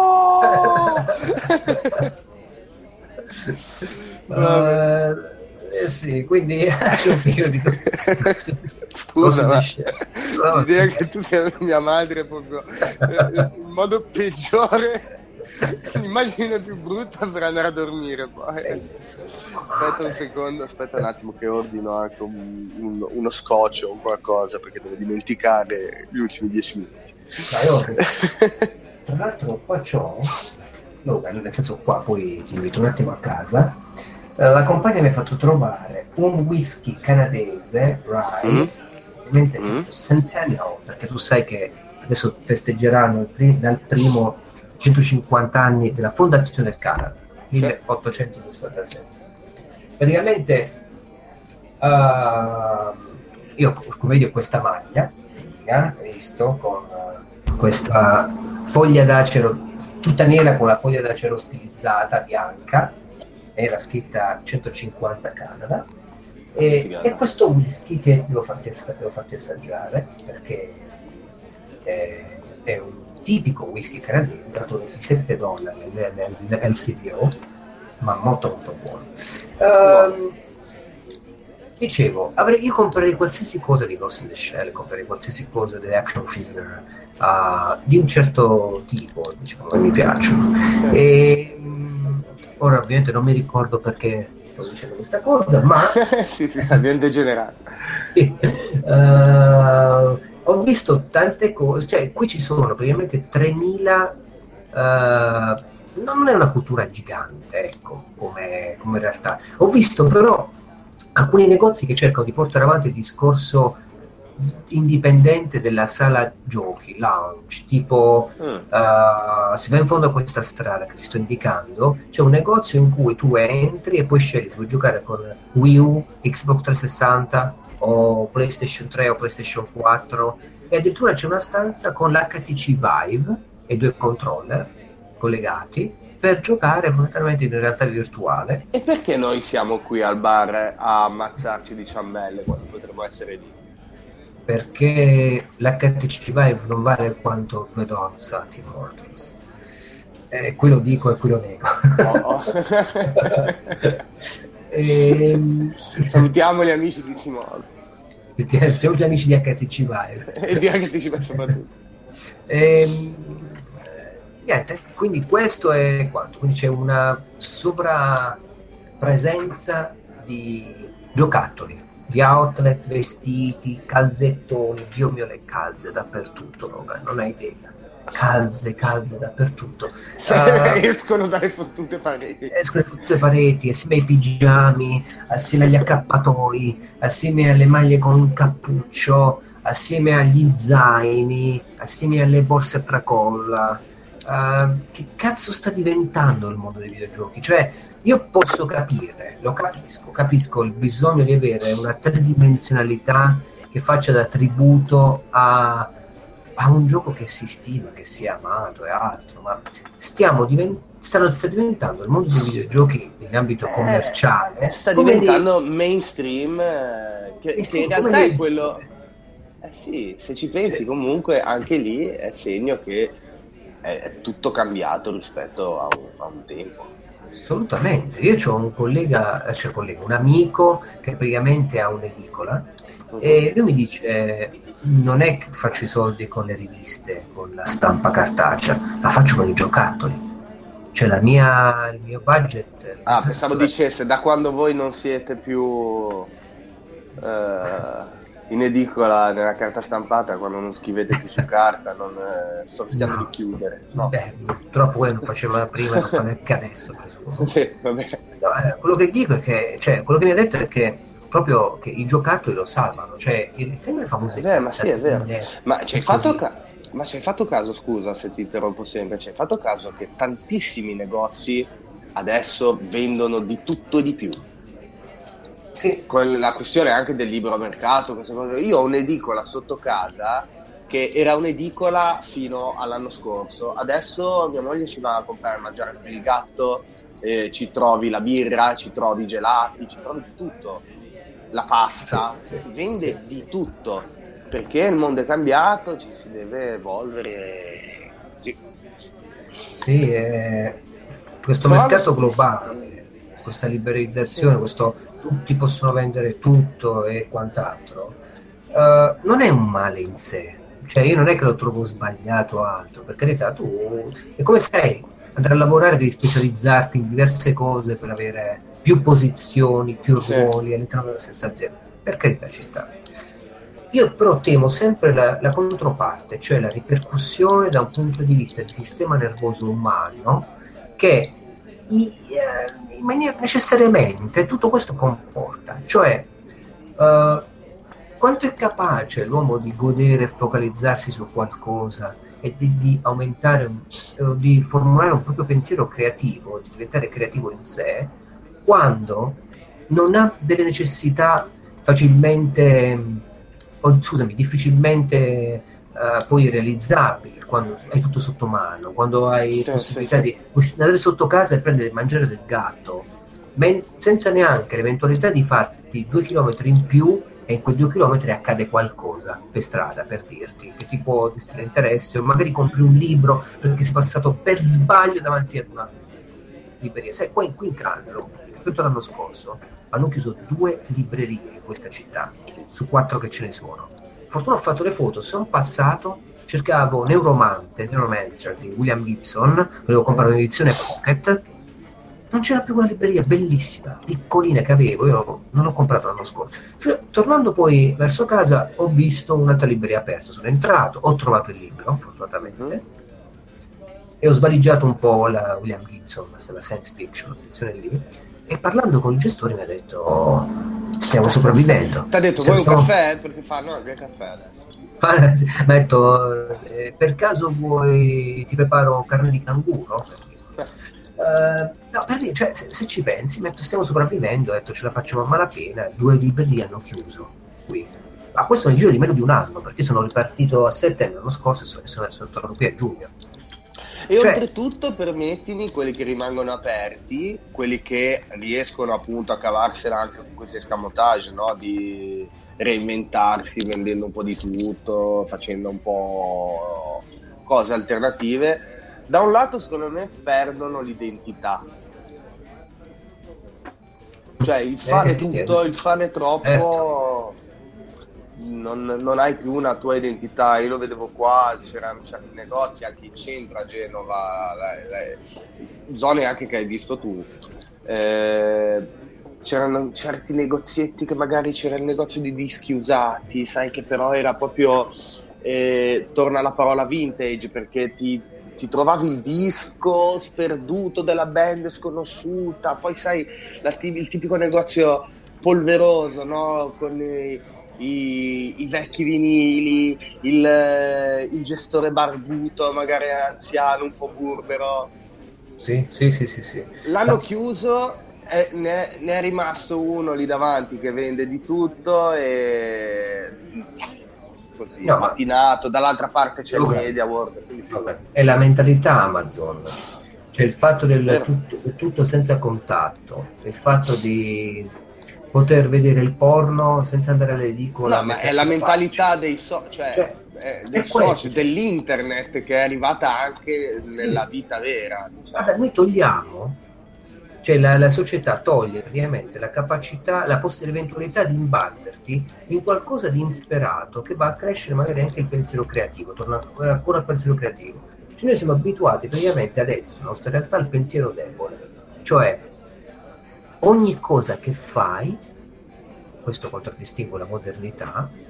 No! Sì, quindi c'è un figlio di scusa, ma l'idea che tu sia mia madre proprio in modo peggiore, l'immagine più brutta per andare a dormire poi. Aspetta un secondo, aspetta un attimo che ordino anche uno scotch o qualcosa, perché devo dimenticare gli ultimi 10 minuti. Tra l'altro qua c'ho Logan, nel senso, qua poi ti invito un attimo a casa. La compagnia mi ha fatto trovare un whisky canadese rye, ovviamente Centennial, perché tu sai che adesso festeggeranno dal primo 150 anni della fondazione del Canada, 1867. Praticamente io, come vedi, ho questa maglia, hai visto, con questa foglia d'acero tutta nera con la foglia d'acero stilizzata bianca, e la scritta 150 Canada, e questo whisky che devo farti assaggiare, perché è un tipico whisky canadese, dato $27 nel CDO, ma molto molto buono. Dicevo, io comprerei qualsiasi cosa di Ghost in the Shell, comprerei qualsiasi cosa delle action figure di un certo tipo, diciamo, che mi piacciono. E ora ovviamente non mi ricordo perché sto dicendo questa cosa, ma sì, abbiamo degenerato. Ho visto tante cose, cioè qui ci sono praticamente 3000, non è una cultura gigante, ecco, come in realtà. Ho visto però alcuni negozi che cercano di portare avanti il discorso indipendente della sala giochi, lounge, tipo si va in fondo a questa strada che ti sto indicando, c'è un negozio in cui tu entri e poi scegli se vuoi giocare con Wii U, Xbox 360 o PlayStation 3 o PlayStation 4, e addirittura c'è una stanza con l'HTC Vive e 2 controller collegati per giocare fondamentalmente in realtà virtuale. E perché noi siamo qui al bar a ammazzarci di ciambelle quando potremmo essere lì? Perché l'HTC Vive non vale quanto 2 Donza Team Mortals. Qui lo dico e qui lo nego. Salutiamo gli amici di Team Mortals. Salutiamo gli amici di HTC Vive. E di HTC Vive soprattutto. Niente, quindi questo è quanto. Quindi c'è una sovrappresenza di giocattoli, di outlet, vestiti, calzettoni, Dio mio, le calze dappertutto, non hai idea. Calze dappertutto. Escono dalle fottute pareti. Assieme ai pigiami, assieme agli accappatoi, assieme alle maglie con un cappuccio, assieme agli zaini, assieme alle borse a tracolla. Che cazzo sta diventando il mondo dei videogiochi? Cioè, io posso capire, capisco il bisogno di avere una tridimensionalità che faccia da tributo a un gioco che si stima, che sia amato e altro, ma sta diventando il mondo dei videogiochi in ambito commerciale, sta diventando mainstream, che in realtà è quello. Sì, se ci pensi comunque anche lì è segno che è tutto cambiato rispetto a un tempo. Assolutamente. Io ho un un amico che praticamente ha un'edicola, e lui mi dice: non è che faccio i soldi con le riviste, con la stampa cartacea, la faccio con i giocattoli. Cioè il mio budget. Pensavo dicesse da quando voi non siete più in edicola nella carta stampata, quando non scrivete più su carta, non sto rischiando di chiudere. No. Purtroppo quello non faceva prima, non fa neanche adesso. Sì, vabbè. No, quello che dico è che, cioè, quello che mi ha detto è che proprio che i giocattoli lo salvano, cioè le famose Ma sì, è vero. Ma ci hai fatto caso, scusa se ti interrompo sempre, ci hai fatto caso che tantissimi negozi adesso vendono di tutto e di più? Sì. Con la questione anche del libero mercato, queste cose. Io ho un'edicola sotto casa che era un'edicola fino all'anno scorso, adesso mia moglie ci va a comprare a mangiare per il gatto, ci trovi la birra, ci trovi i gelati, ci trovi tutto, la pasta, vende di tutto, perché il mondo è cambiato, ci si deve evolvere. Sì, questo mercato globale, questa liberalizzazione, questo tutti possono vendere tutto e quant'altro, non è un male in sé, cioè io non è che lo trovo sbagliato o altro, per carità, tu è come sai, andare a lavorare devi specializzarti in diverse cose per avere più posizioni, più ruoli all'interno della stessa azienda, per carità ci sta. Io però temo sempre la controparte, cioè la ripercussione da un punto di vista del sistema nervoso umano, che in maniera necessariamente tutto questo comporta, cioè quanto è capace l'uomo di godere e focalizzarsi su qualcosa e di aumentare, di formulare un proprio pensiero creativo, di diventare creativo in sé, quando non ha delle necessità difficilmente poi realizzabili, quando hai tutto sotto mano, quando hai possibilità di andare sotto casa e prendere e mangiare del gatto, senza neanche l'eventualità di farti 2 chilometri in più e in quei 2 chilometri accade qualcosa per strada, per dirti, che ti può destare interesse, o magari compri un libro perché sei passato per sbaglio davanti ad una libreria. Sai, qui in Cagliari, rispetto all'anno scorso, hanno chiuso 2 librerie in questa città, su 4 che ce ne sono. Fortuna ho fatto le foto, sono passato, cercavo Neuromancer di William Gibson, volevo comprare un'edizione pocket, non c'era più quella libreria bellissima, piccolina che avevo, io non l'ho comprato l'anno scorso. Tornando poi verso casa ho visto un'altra libreria aperta, sono entrato, ho trovato il libro, fortunatamente, e ho svaligiato un po' la William Gibson, la science fiction, la sezione lì, e parlando con il gestore mi ha detto stiamo sopravvivendo. Ti ha detto vuoi un caffè? Perché no, che caffè adesso? Mi ha detto per caso ti preparo carne di canguro? No, per dire, cioè, se ci pensi, stiamo sopravvivendo, ho detto ce la facciamo a malapena, 2 librerie hanno chiuso qui. Ma questo nel giro di meno di un anno, perché sono ripartito a settembre l'anno scorso e sono tornato qui a giugno. E oltretutto, permettimi, quelli che rimangono aperti, quelli che riescono appunto a cavarsela anche con questi escamotage, no? Di reinventarsi, vendendo un po' di tutto, facendo un po' cose alternative, da un lato secondo me perdono l'identità. Cioè il fare tutto, il fare troppo, non hai più una tua identità. Io lo vedevo qua, c'erano certi negozi anche in centro a Genova, zone anche che hai visto tu, c'erano certi negozietti che magari c'era il negozio di dischi usati, sai, che però era proprio torna la parola vintage, perché ti trovavi il disco sperduto della band sconosciuta, poi sai il tipico negozio polveroso, no? Con i vecchi vinili, il gestore barbuto, magari anziano, un po' burbero. Sì. L'hanno chiuso, ne è rimasto uno lì davanti che vende di tutto e così, mattinato, dall'altra parte c'è il Media World. È la mentalità Amazon, cioè il fatto del tutto senza contatto, il fatto di poter vedere il porno senza andare all'edicola. No, ma è la mentalità dei social, dell'internet, che è arrivata anche nella vita vera. Diciamo. Guarda, noi togliamo, cioè la società toglie praticamente la capacità, l'eventualità di imbatterti in qualcosa di insperato che va a crescere magari anche il pensiero creativo, torna ancora al pensiero creativo. Cioè noi siamo abituati praticamente adesso, la nostra realtà, al pensiero debole, cioè ogni cosa che fai, questo contraddistingue la modernità,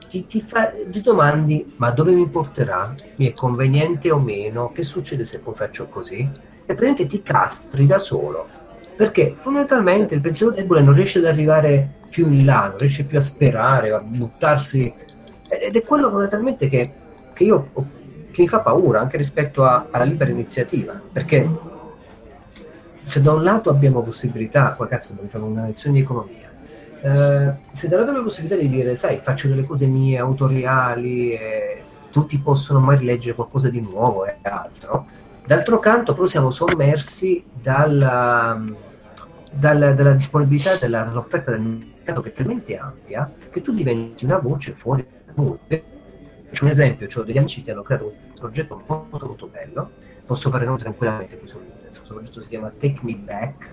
ti domandi, ma dove mi porterà? Mi è conveniente o meno? Che succede se poi faccio così? E praticamente ti castri da solo, perché fondamentalmente il pensiero debole non riesce ad arrivare più in là, non riesce più a sperare, a buttarsi, ed è quello fondamentalmente che mi fa paura anche rispetto alla libera iniziativa, perché se da un lato abbiamo possibilità, qua cazzo dobbiamo fare una lezione di economia, se da un lato abbiamo la possibilità di dire, sai, faccio delle cose mie, autoriali, e tutti possono mai rileggere qualcosa di nuovo e altro, d'altro canto però siamo sommersi dalla disponibilità dell'offerta del mercato, che è talmente ampia che tu diventi una voce fuori dal mondo. Faccio un esempio, ho degli amici che hanno creato un progetto molto molto bello, posso fare nome tranquillamente qui questo progetto si chiama Take Me Back,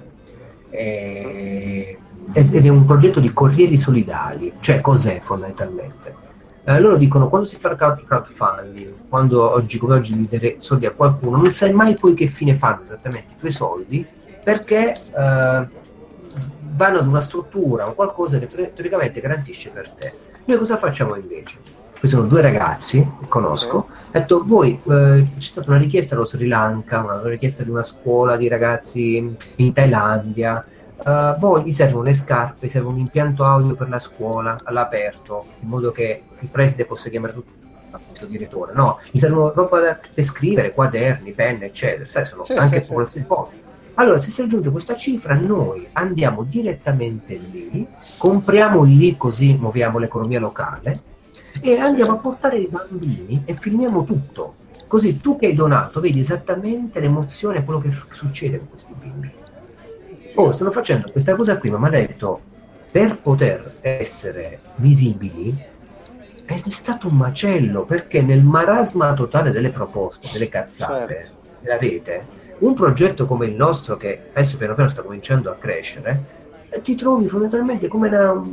ed è un progetto di corrieri solidali. Cioè, cos'è fondamentalmente? Loro dicono, quando si fa crowdfunding, quando oggi come oggi devi dare soldi a qualcuno, non sai mai poi che fine fanno esattamente i tuoi soldi, perché vanno ad una struttura o qualcosa che teoricamente garantisce per te. Noi cosa facciamo invece? Qui sono due ragazzi che conosco, ho detto, voi, c'è stata una richiesta allo Sri Lanka, una richiesta di una scuola di ragazzi in Thailandia, voi gli servono le scarpe, serve un impianto audio per la scuola all'aperto, in modo che il preside possa chiamare tutto il direttore, no? Gli servono roba per scrivere, quaderni, penne, eccetera, sai, sono anche popolazioni povere. Allora, se si raggiunge questa cifra, noi andiamo direttamente lì, compriamo lì, così muoviamo l'economia locale, e andiamo a portare i bambini e filmiamo tutto. Così tu che hai donato vedi esattamente l'emozione e quello che succede con questi bambini. Stanno facendo questa cosa qui, ma mi ha detto, per poter essere visibili è stato un macello, perché nel marasma totale delle proposte, delle cazzate della rete, un progetto come il nostro, che adesso piano piano sta cominciando a crescere, ti trovi fondamentalmente come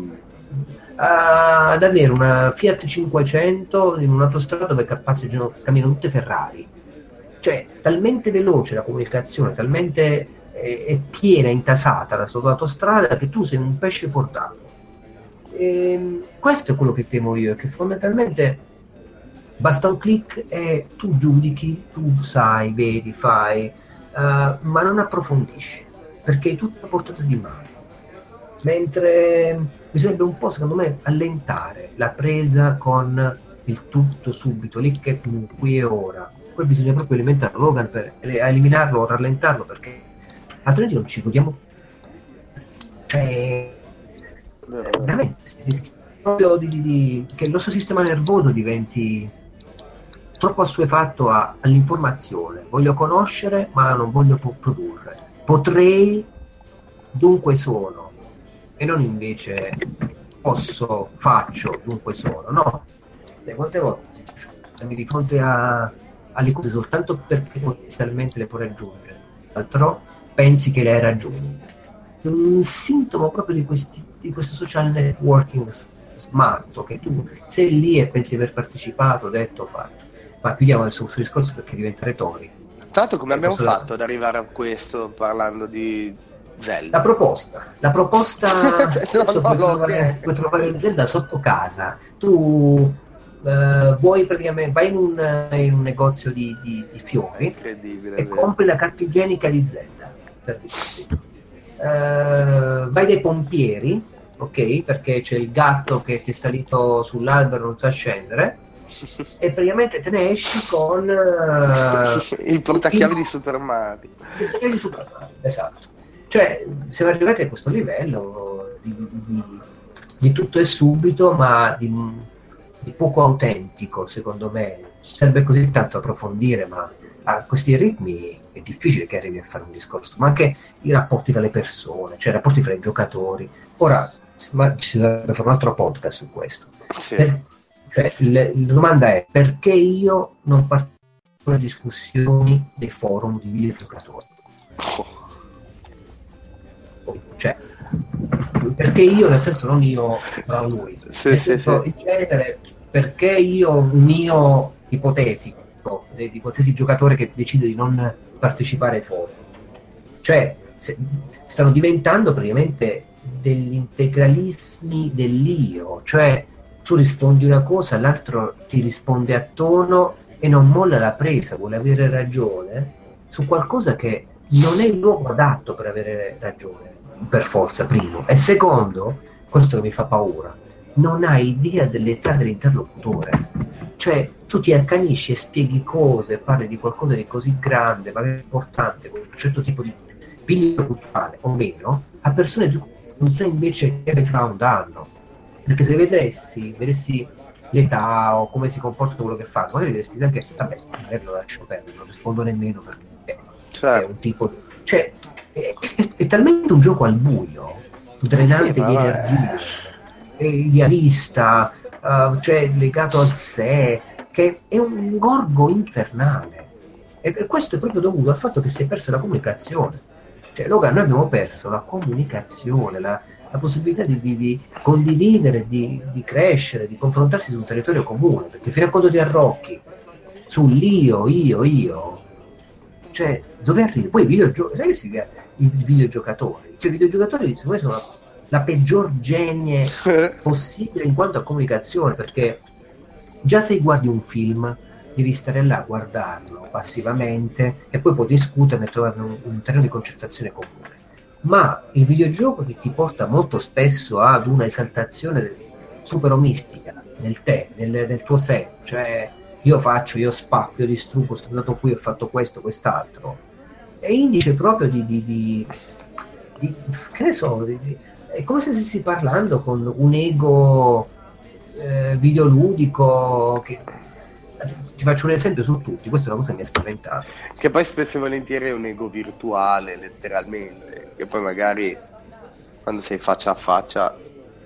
ad avere una Fiat 500 in un'autostrada dove camminano tutte Ferrari. Cioè, talmente veloce la comunicazione, talmente è piena, intasata la sua autostrada, che tu sei un pesce fuor d'acqua. Questo è quello che temo io, che fondamentalmente basta un click e tu giudichi, tu sai, vedi, fai, ma non approfondisci, perché è tutto a portata di mano. Mentre bisognerebbe un po', secondo me, allentare la presa con il tutto subito, lì che qui e ora. Poi bisogna proprio alimentare Logan per eliminarlo o rallentarlo, perché altrimenti non ci godiamo. Cioè, veramente proprio che il nostro sistema nervoso diventi troppo assuefatto all'informazione. Voglio conoscere, ma non voglio produrre. Potrei, dunque sono, e non invece posso, faccio, dunque sono. No, quante volte mi di fronte alle cose soltanto perché potenzialmente le puoi raggiungere, altro pensi che le hai raggiunte. Un sintomo proprio di questo social networking smatto, che tu sei lì e pensi di aver partecipato, detto, fatto. Ma chiudiamo adesso questo discorso perché diventa retorico. Tanto come abbiamo fatto ad arrivare a questo parlando di Zelda? La proposta puoi trovare Zelda sotto casa. Tu vuoi praticamente vai in un negozio di fiori e compri la carta igienica di Zelda, per vai dai pompieri, ok, perché c'è il gatto che ti è salito sull'albero e non sa scendere, e praticamente te ne esci con il portachiavi di Super Mario. Esatto. Cioè, siamo arrivati a questo livello di tutto e subito, ma di poco autentico, secondo me. Serve così tanto approfondire, ma a questi ritmi è difficile che arrivi a fare un discorso, ma anche i rapporti tra le persone, cioè i rapporti tra i giocatori. Ora ci dovrebbe fare un altro podcast su questo. Sì. La domanda è: perché io non partecipo alle discussioni dei forum di videogiocatori? Cioè, perché io, nel senso, non io, ma lui, nel senso, in genere, perché io, un io ipotetico di qualsiasi giocatore che decide di non partecipare ai forum, cioè stanno diventando praticamente degli integralismi dell'io, cioè tu rispondi una cosa, l'altro ti risponde a tono e non molla la presa, vuole avere ragione su qualcosa che non è il luogo adatto per avere ragione, per forza, primo. E secondo, questo che mi fa paura, non hai idea dell'età dell'interlocutore. Cioè, tu ti accanisci e spieghi cose, parli di qualcosa di così grande, magari importante, con un certo tipo di piglio culturale o meno, a persone tu non sai invece che background hanno. Perché se vedessi l'età o come si comporta quello che fanno, magari diresti anche, vabbè, magari lo lascio perdere, non rispondo nemmeno perché è un tipo, cioè è talmente un gioco al buio, drenante di energia, idealista, cioè legato al sé, che è un gorgo infernale, e questo è proprio dovuto al fatto che si è persa la comunicazione. Cioè, Logan, noi abbiamo perso la comunicazione, la possibilità di condividere, di crescere, di confrontarsi su un territorio comune, perché fino a quando ti arrocchi sull'io, cioè, dove arrivi? Poi sai che si chiama i videogiocatori? Cioè, i videogiocatori, secondo me, sono la peggior genie possibile in quanto a comunicazione, perché già se guardi un film devi stare là a guardarlo passivamente e poi puoi discuterne e trovare un terreno di concertazione comune. Ma il videogioco che ti porta molto spesso ad una esaltazione super mistica nel te, nel tuo sé, cioè io faccio, io spacco, io distruggo, sono andato qui, ho fatto questo, quest'altro, è indice proprio di che ne so, è come se stessi parlando con un ego videoludico che... Ti faccio un esempio su tutti, questa è una cosa che mi ha spaventato. Che poi spesso e volentieri è un ego virtuale, letteralmente, che poi magari quando sei faccia a faccia...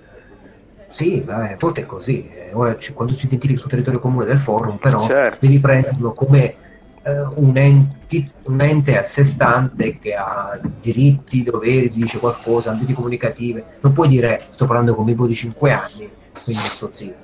Sì, vabbè, a volte è così. Ora, quando ci identifichi sul territorio comune del forum, però certo, devi prenderlo come un ente a sé stante che ha diritti, doveri, ti dice qualcosa, ambiti comunicative. Non puoi dire sto parlando con Bibo di 5 anni, quindi sto zitto.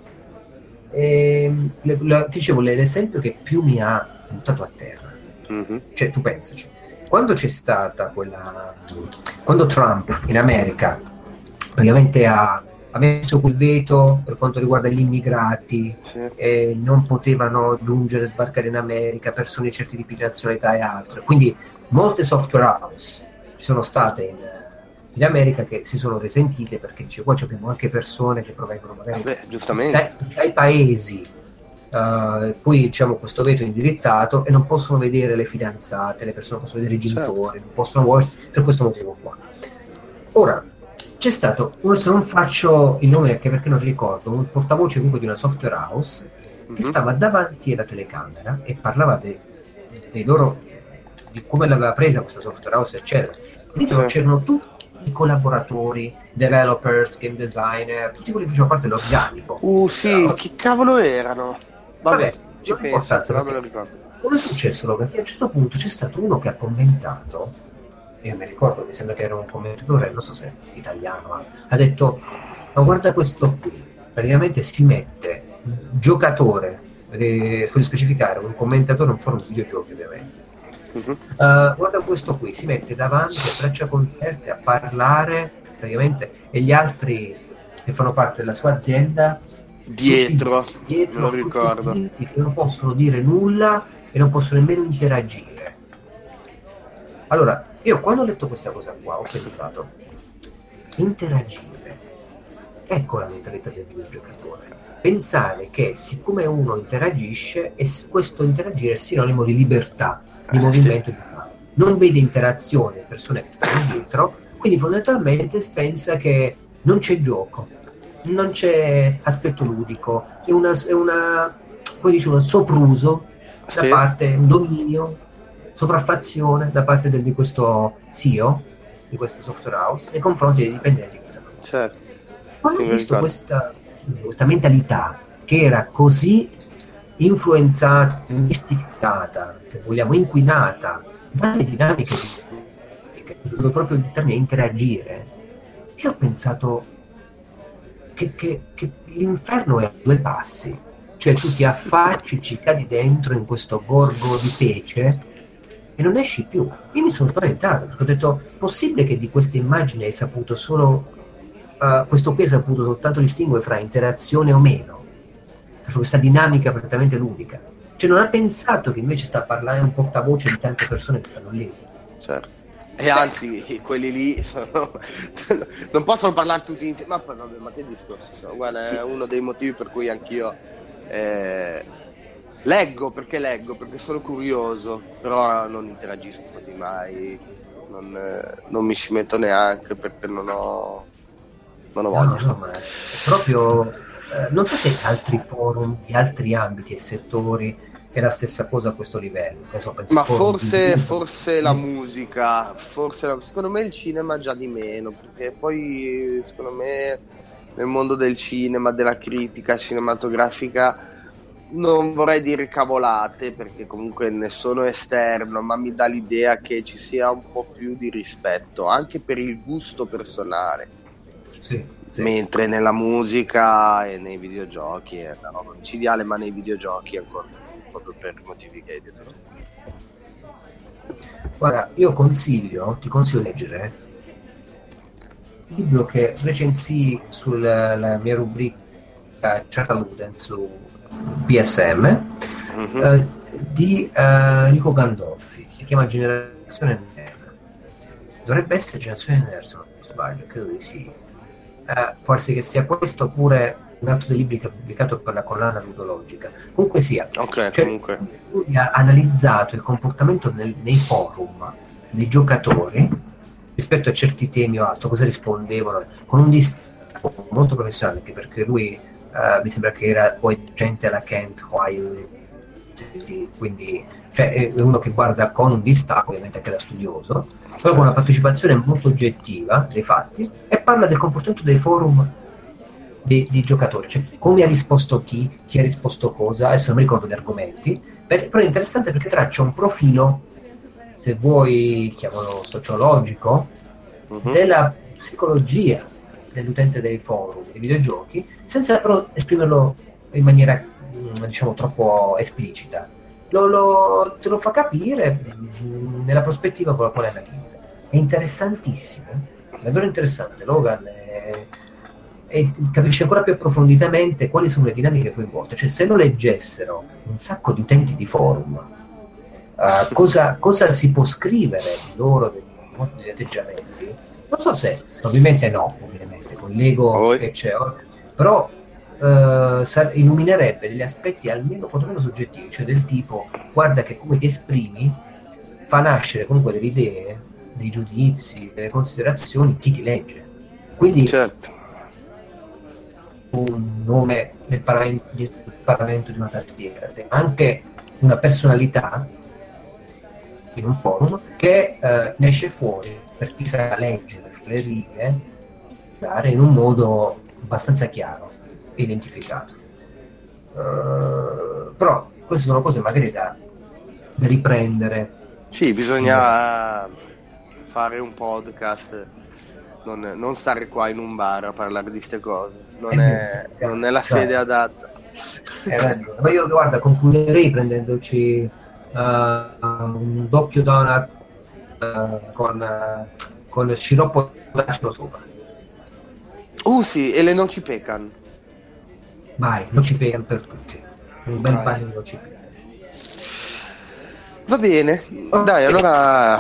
Dicevo, l'esempio che più mi ha buttato a terra, cioè tu pensaci, quando c'è stata quando Trump in America praticamente ha messo quel veto per quanto riguarda gli immigrati, e non potevano giungere e sbarcare in America persone di certi tipi di nazionalità e altre, quindi molte software house ci sono state in America che si sono risentite, perché qua abbiamo anche persone che provengono magari dai paesi cui diciamo questo veto è indirizzato e non possono vedere le fidanzate, le persone possono vedere i genitori, non possono muoversi per questo motivo qua. Ora c'è stato, se non faccio il nome anche perché non ricordo, un portavoce comunque di una software house che stava davanti alla telecamera e parlava di come l'aveva presa questa software house eccetera. Dentro c'erano tutti i collaboratori, developers, game designer, tutti quelli che facevano parte dell'organico. Sì, che cavolo erano? Vabbè, ci penso, però me lo ricordo. Cosa è successo? Perché a un certo punto c'è stato uno che ha commentato, io mi ricordo, mi sembra che era un commentatore, non so se italiano, ha detto, ma guarda questo qui, praticamente si mette giocatore, voglio specificare, un commentatore, un forum di videogiochi ovviamente, guarda questo qui, si mette davanti a braccia concerte a parlare praticamente, e gli altri che fanno parte della sua azienda dietro non ricordo, zitti, che non possono dire nulla e non possono nemmeno interagire. Allora io quando ho letto questa cosa qua ho pensato, interagire, ecco la mentalità del videogiocatore, pensare che siccome uno interagisce e questo interagire è sinonimo di libertà di movimento, non vede interazione, persone che stanno dietro, quindi fondamentalmente pensa che non c'è gioco, non c'è aspetto ludico, è una come dice, uno sopruso da parte, un dominio, sopraffazione da parte di questo CEO di questa software house nei confronti dei dipendenti. Quando ho visto questa mentalità che era così influenzata, mistificata, se vogliamo, inquinata dalle dinamiche dove proprio il termine interagire, io ho pensato che l'inferno è a 2 passi, cioè tu ti affacci, ci cadi dentro in questo gorgo di pece e non esci più. Io mi sono spaventato perché ho detto, possibile che di questa immagine hai saputo solo questo qui ha saputo soltanto distinguere fra interazione o meno, tra questa dinamica prettamente ludica. Cioè non ha pensato che invece sta a parlare un portavoce di tante persone che stanno lì. Certo. E anzi, quelli lì non possono parlare tutti insieme. Ma che discorso? Guarda, sì. È uno dei motivi per cui anch'io leggo perché sono curioso, però non interagisco quasi mai, non mi ci metto neanche perché non ho voglia. No, ma proprio non so se altri forum di altri ambiti e settori è la stessa cosa a questo livello. Ma forse la musica, secondo me il cinema già di meno, perché poi secondo me nel mondo del cinema, della critica cinematografica, non vorrei dire cavolate perché comunque ne sono esterno, ma mi dà l'idea che ci sia un po' più di rispetto anche per il gusto personale. Sì. Mentre nella musica e nei videogiochi è una roba micidiale, ma nei videogiochi è ancora proprio per i motivi che hai detto. Guarda, io ti consiglio di leggere il libro che recensì sulla mia rubrica Certa Ludens su PSM, di Enrico Gandolfi. Si chiama Generazione Nerd. Dovrebbe essere Generazione Nerd, se non sbaglio, credo di sì. Può essere che sia questo oppure un altro dei libri che ha pubblicato per la collana ludologica. Comunque sia, comunque. Lui ha analizzato il comportamento nei forum dei giocatori rispetto a certi temi o altro, cosa rispondevano, con un distacco molto professionale, anche perché lui mi sembra che era poi gente alla Kent Wild, quindi è uno che guarda con un distacco, ovviamente anche da studioso, però con una partecipazione molto oggettiva dei fatti, e parla del comportamento dei forum di giocatori, cioè come ha risposto chi ha risposto cosa, adesso non mi ricordo gli argomenti, però è interessante perché traccia un profilo, se vuoi chiamalo sociologico, della psicologia dell'utente dei forum, dei videogiochi, senza però esprimerlo in maniera diciamo troppo esplicita. Te lo fa capire nella prospettiva con la quale analizza. È interessantissimo, è davvero interessante. Logan e capisce ancora più approfonditamente quali sono le dinamiche coinvolte. Cioè, se lo leggessero un sacco di utenti di forum, cosa si può scrivere di loro, degli atteggiamenti, non so se, ovviamente con l'ego che c'è, però illuminerebbe degli aspetti almeno quantomeno soggettivi, cioè del tipo, guarda che come ti esprimi fa nascere comunque delle idee, dei giudizi, delle considerazioni chi ti legge. Quindi certo. Un nome nel Parlamento di una tastiera, ma anche una personalità in un forum che ne esce fuori, per chi sa leggere le righe, dare in un modo abbastanza chiaro e identificato. Però queste sono cose magari da riprendere. Sì, bisogna fare un podcast, non stare qua in un bar a parlare di queste cose, non è la sede adatta. Ma io guarda, concluderei prendendoci un doppio donut con sciroppo d'acero sopra. Sì, e le noci pecan. Vai, noci pecan per tutti. Un bel paio di noci pecan. Va bene, dai, allora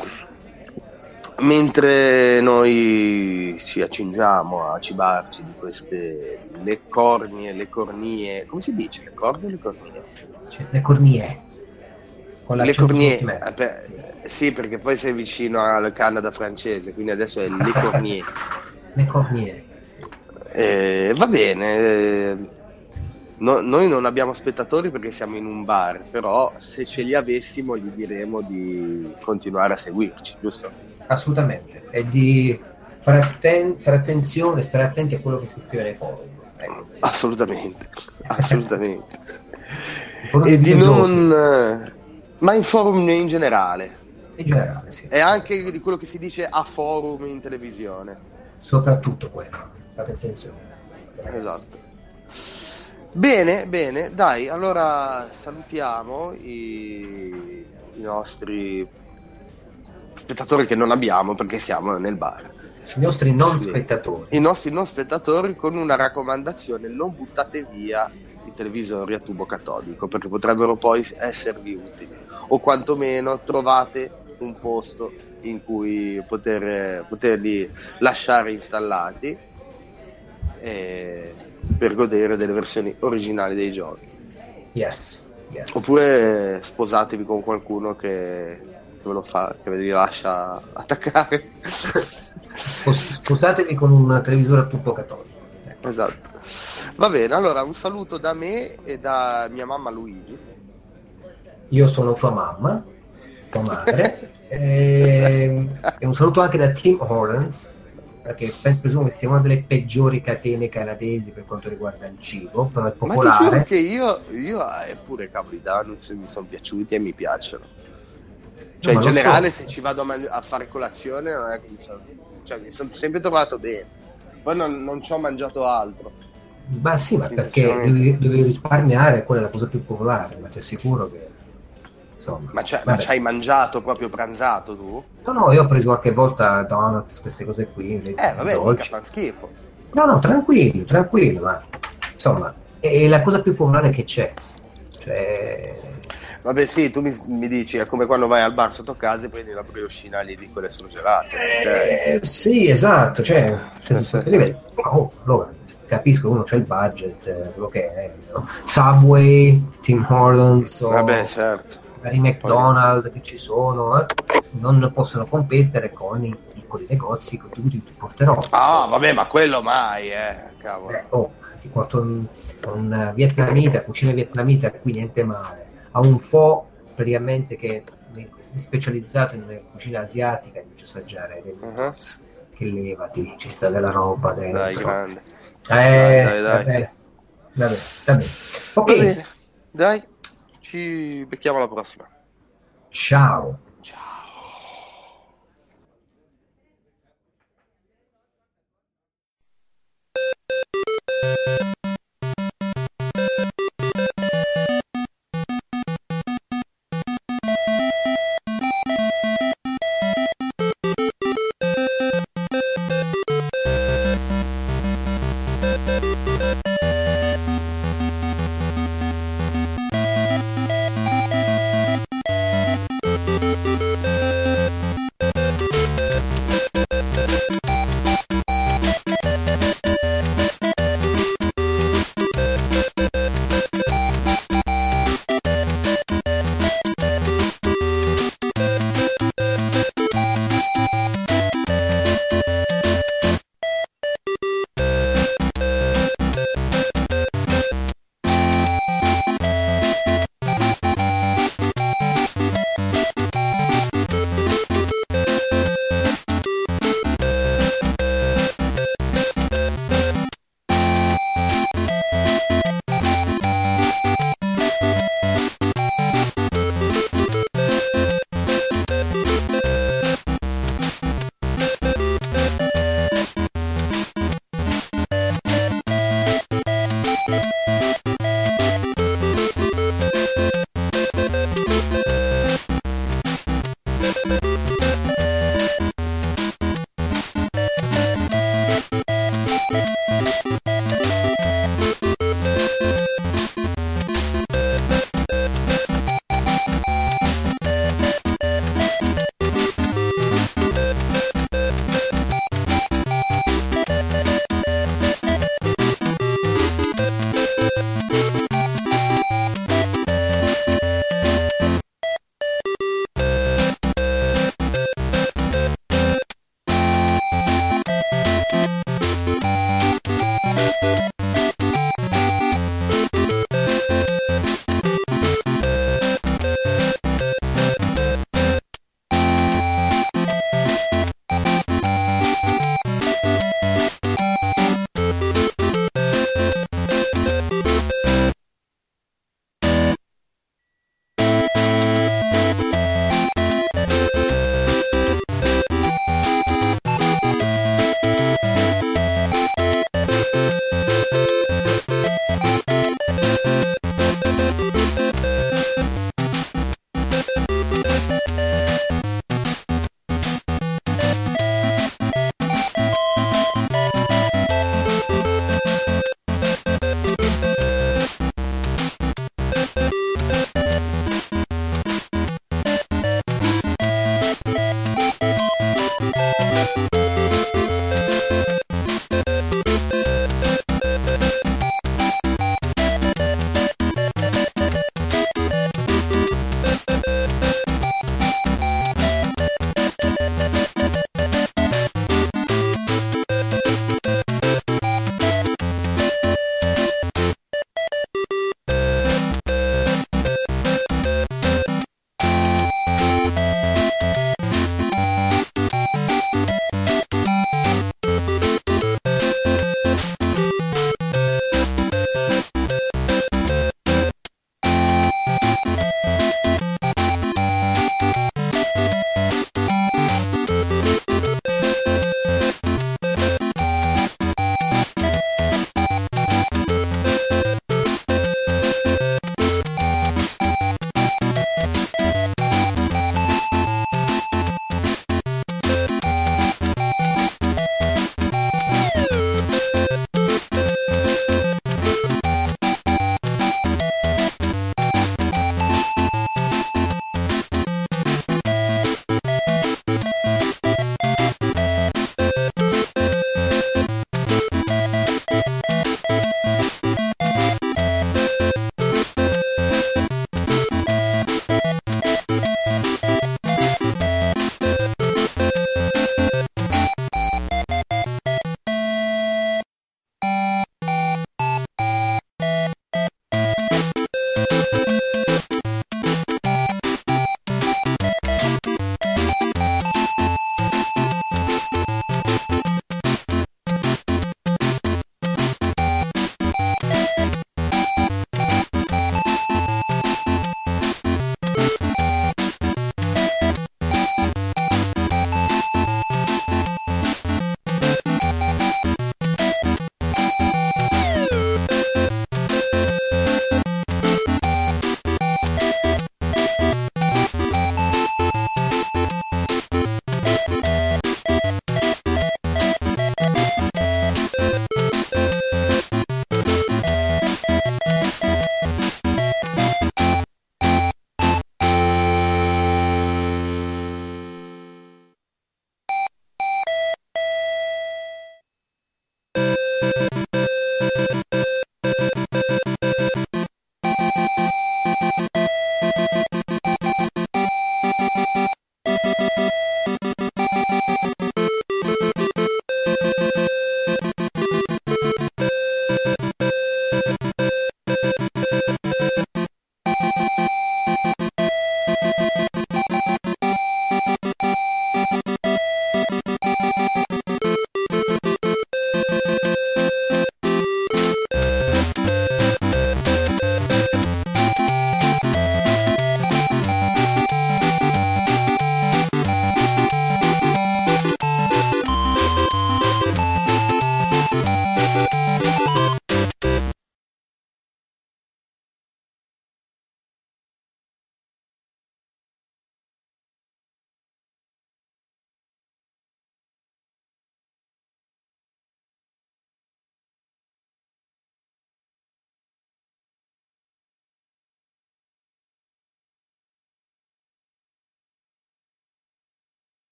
mentre noi ci accingiamo a cibarci di queste le cornie, come si dice? Le cornie o le cornie? Cioè, le cornie. Con le cornie, sì, perché poi sei vicino al Canada francese, quindi adesso è le cornie. Le cornie. Va bene, noi non abbiamo spettatori perché siamo in un bar, però se ce li avessimo gli diremo di continuare a seguirci, giusto? Assolutamente, e di fare attenzione, stare attenti a quello che si scrive nei forum. Assolutamente. E di non... ma in forum in generale. In generale, sì. E anche di quello che si dice a forum in televisione. Soprattutto quello, fate attenzione. Esatto. Bene, dai, allora salutiamo i nostri spettatori che non abbiamo perché siamo nel bar. I nostri non Sì. spettatori. I nostri non spettatori, con una raccomandazione: non buttate via i televisori a tubo catodico, perché potrebbero poi esservi utili, o quantomeno trovate un posto in cui poterli lasciare installati, per godere delle versioni originali dei giochi. Yes, yes. Oppure sposatevi con qualcuno che ve lo fa, che ve li lascia attaccare. Sposatevi con un televisore a tubo catodico. Ecco. Esatto. Va bene, allora un saluto da me e da mia mamma Luigi. Io sono tua mamma, tua madre, e un saluto anche da Tim Hortons, perché presumo che sia una delle peggiori catene canadesi per quanto riguarda il cibo, però è Ma ti giuro popolare. che io eppure cavoli Donuts mi sono piaciuti e mi piacciono. Cioè No, in ma lo generale so. se ci vado a fare colazione non è che mi sono sempre trovato bene. Poi non ci ho mangiato altro. Ma sì, ma perché Sinceramente. devi risparmiare, quella è la cosa più popolare, ma ti assicuro che, insomma, Ma ci vabbè. hai mangiato proprio pranzato tu? No, io ho preso qualche volta donuts, queste cose qui, Vabbè, mica dolci. fan schifo. No, tranquillo, ma insomma, è la cosa più popolare che c'è. Cioè, Vabbè sì, tu mi dici, è come quando vai al bar sotto casa e prendi la brioscina lì di quelle surgelate. Ok. sì, esatto, cioè, Sì, su sì, questi sì. livelli. Allora, capisco che uno c'ha il budget, quello che è, no? Subway, Tim Hortons Vabbè, o certo. vari McDonald's che ci sono, non possono competere con i piccoli negozi che tu ti porterò. Ah, vabbè, ma quello mai, cavolo. Ti porto un vietnamita, cucina vietnamita, qui niente male. Ha un pho praticamente che è specializzato in cucina asiatica, invece assaggiare dei Uh-huh. che levati, ci sta della roba dentro. Dai, grande. Dai. Vabbè. Ok, Va bene, dai, ci becchiamo alla prossima. ciao. Ciao.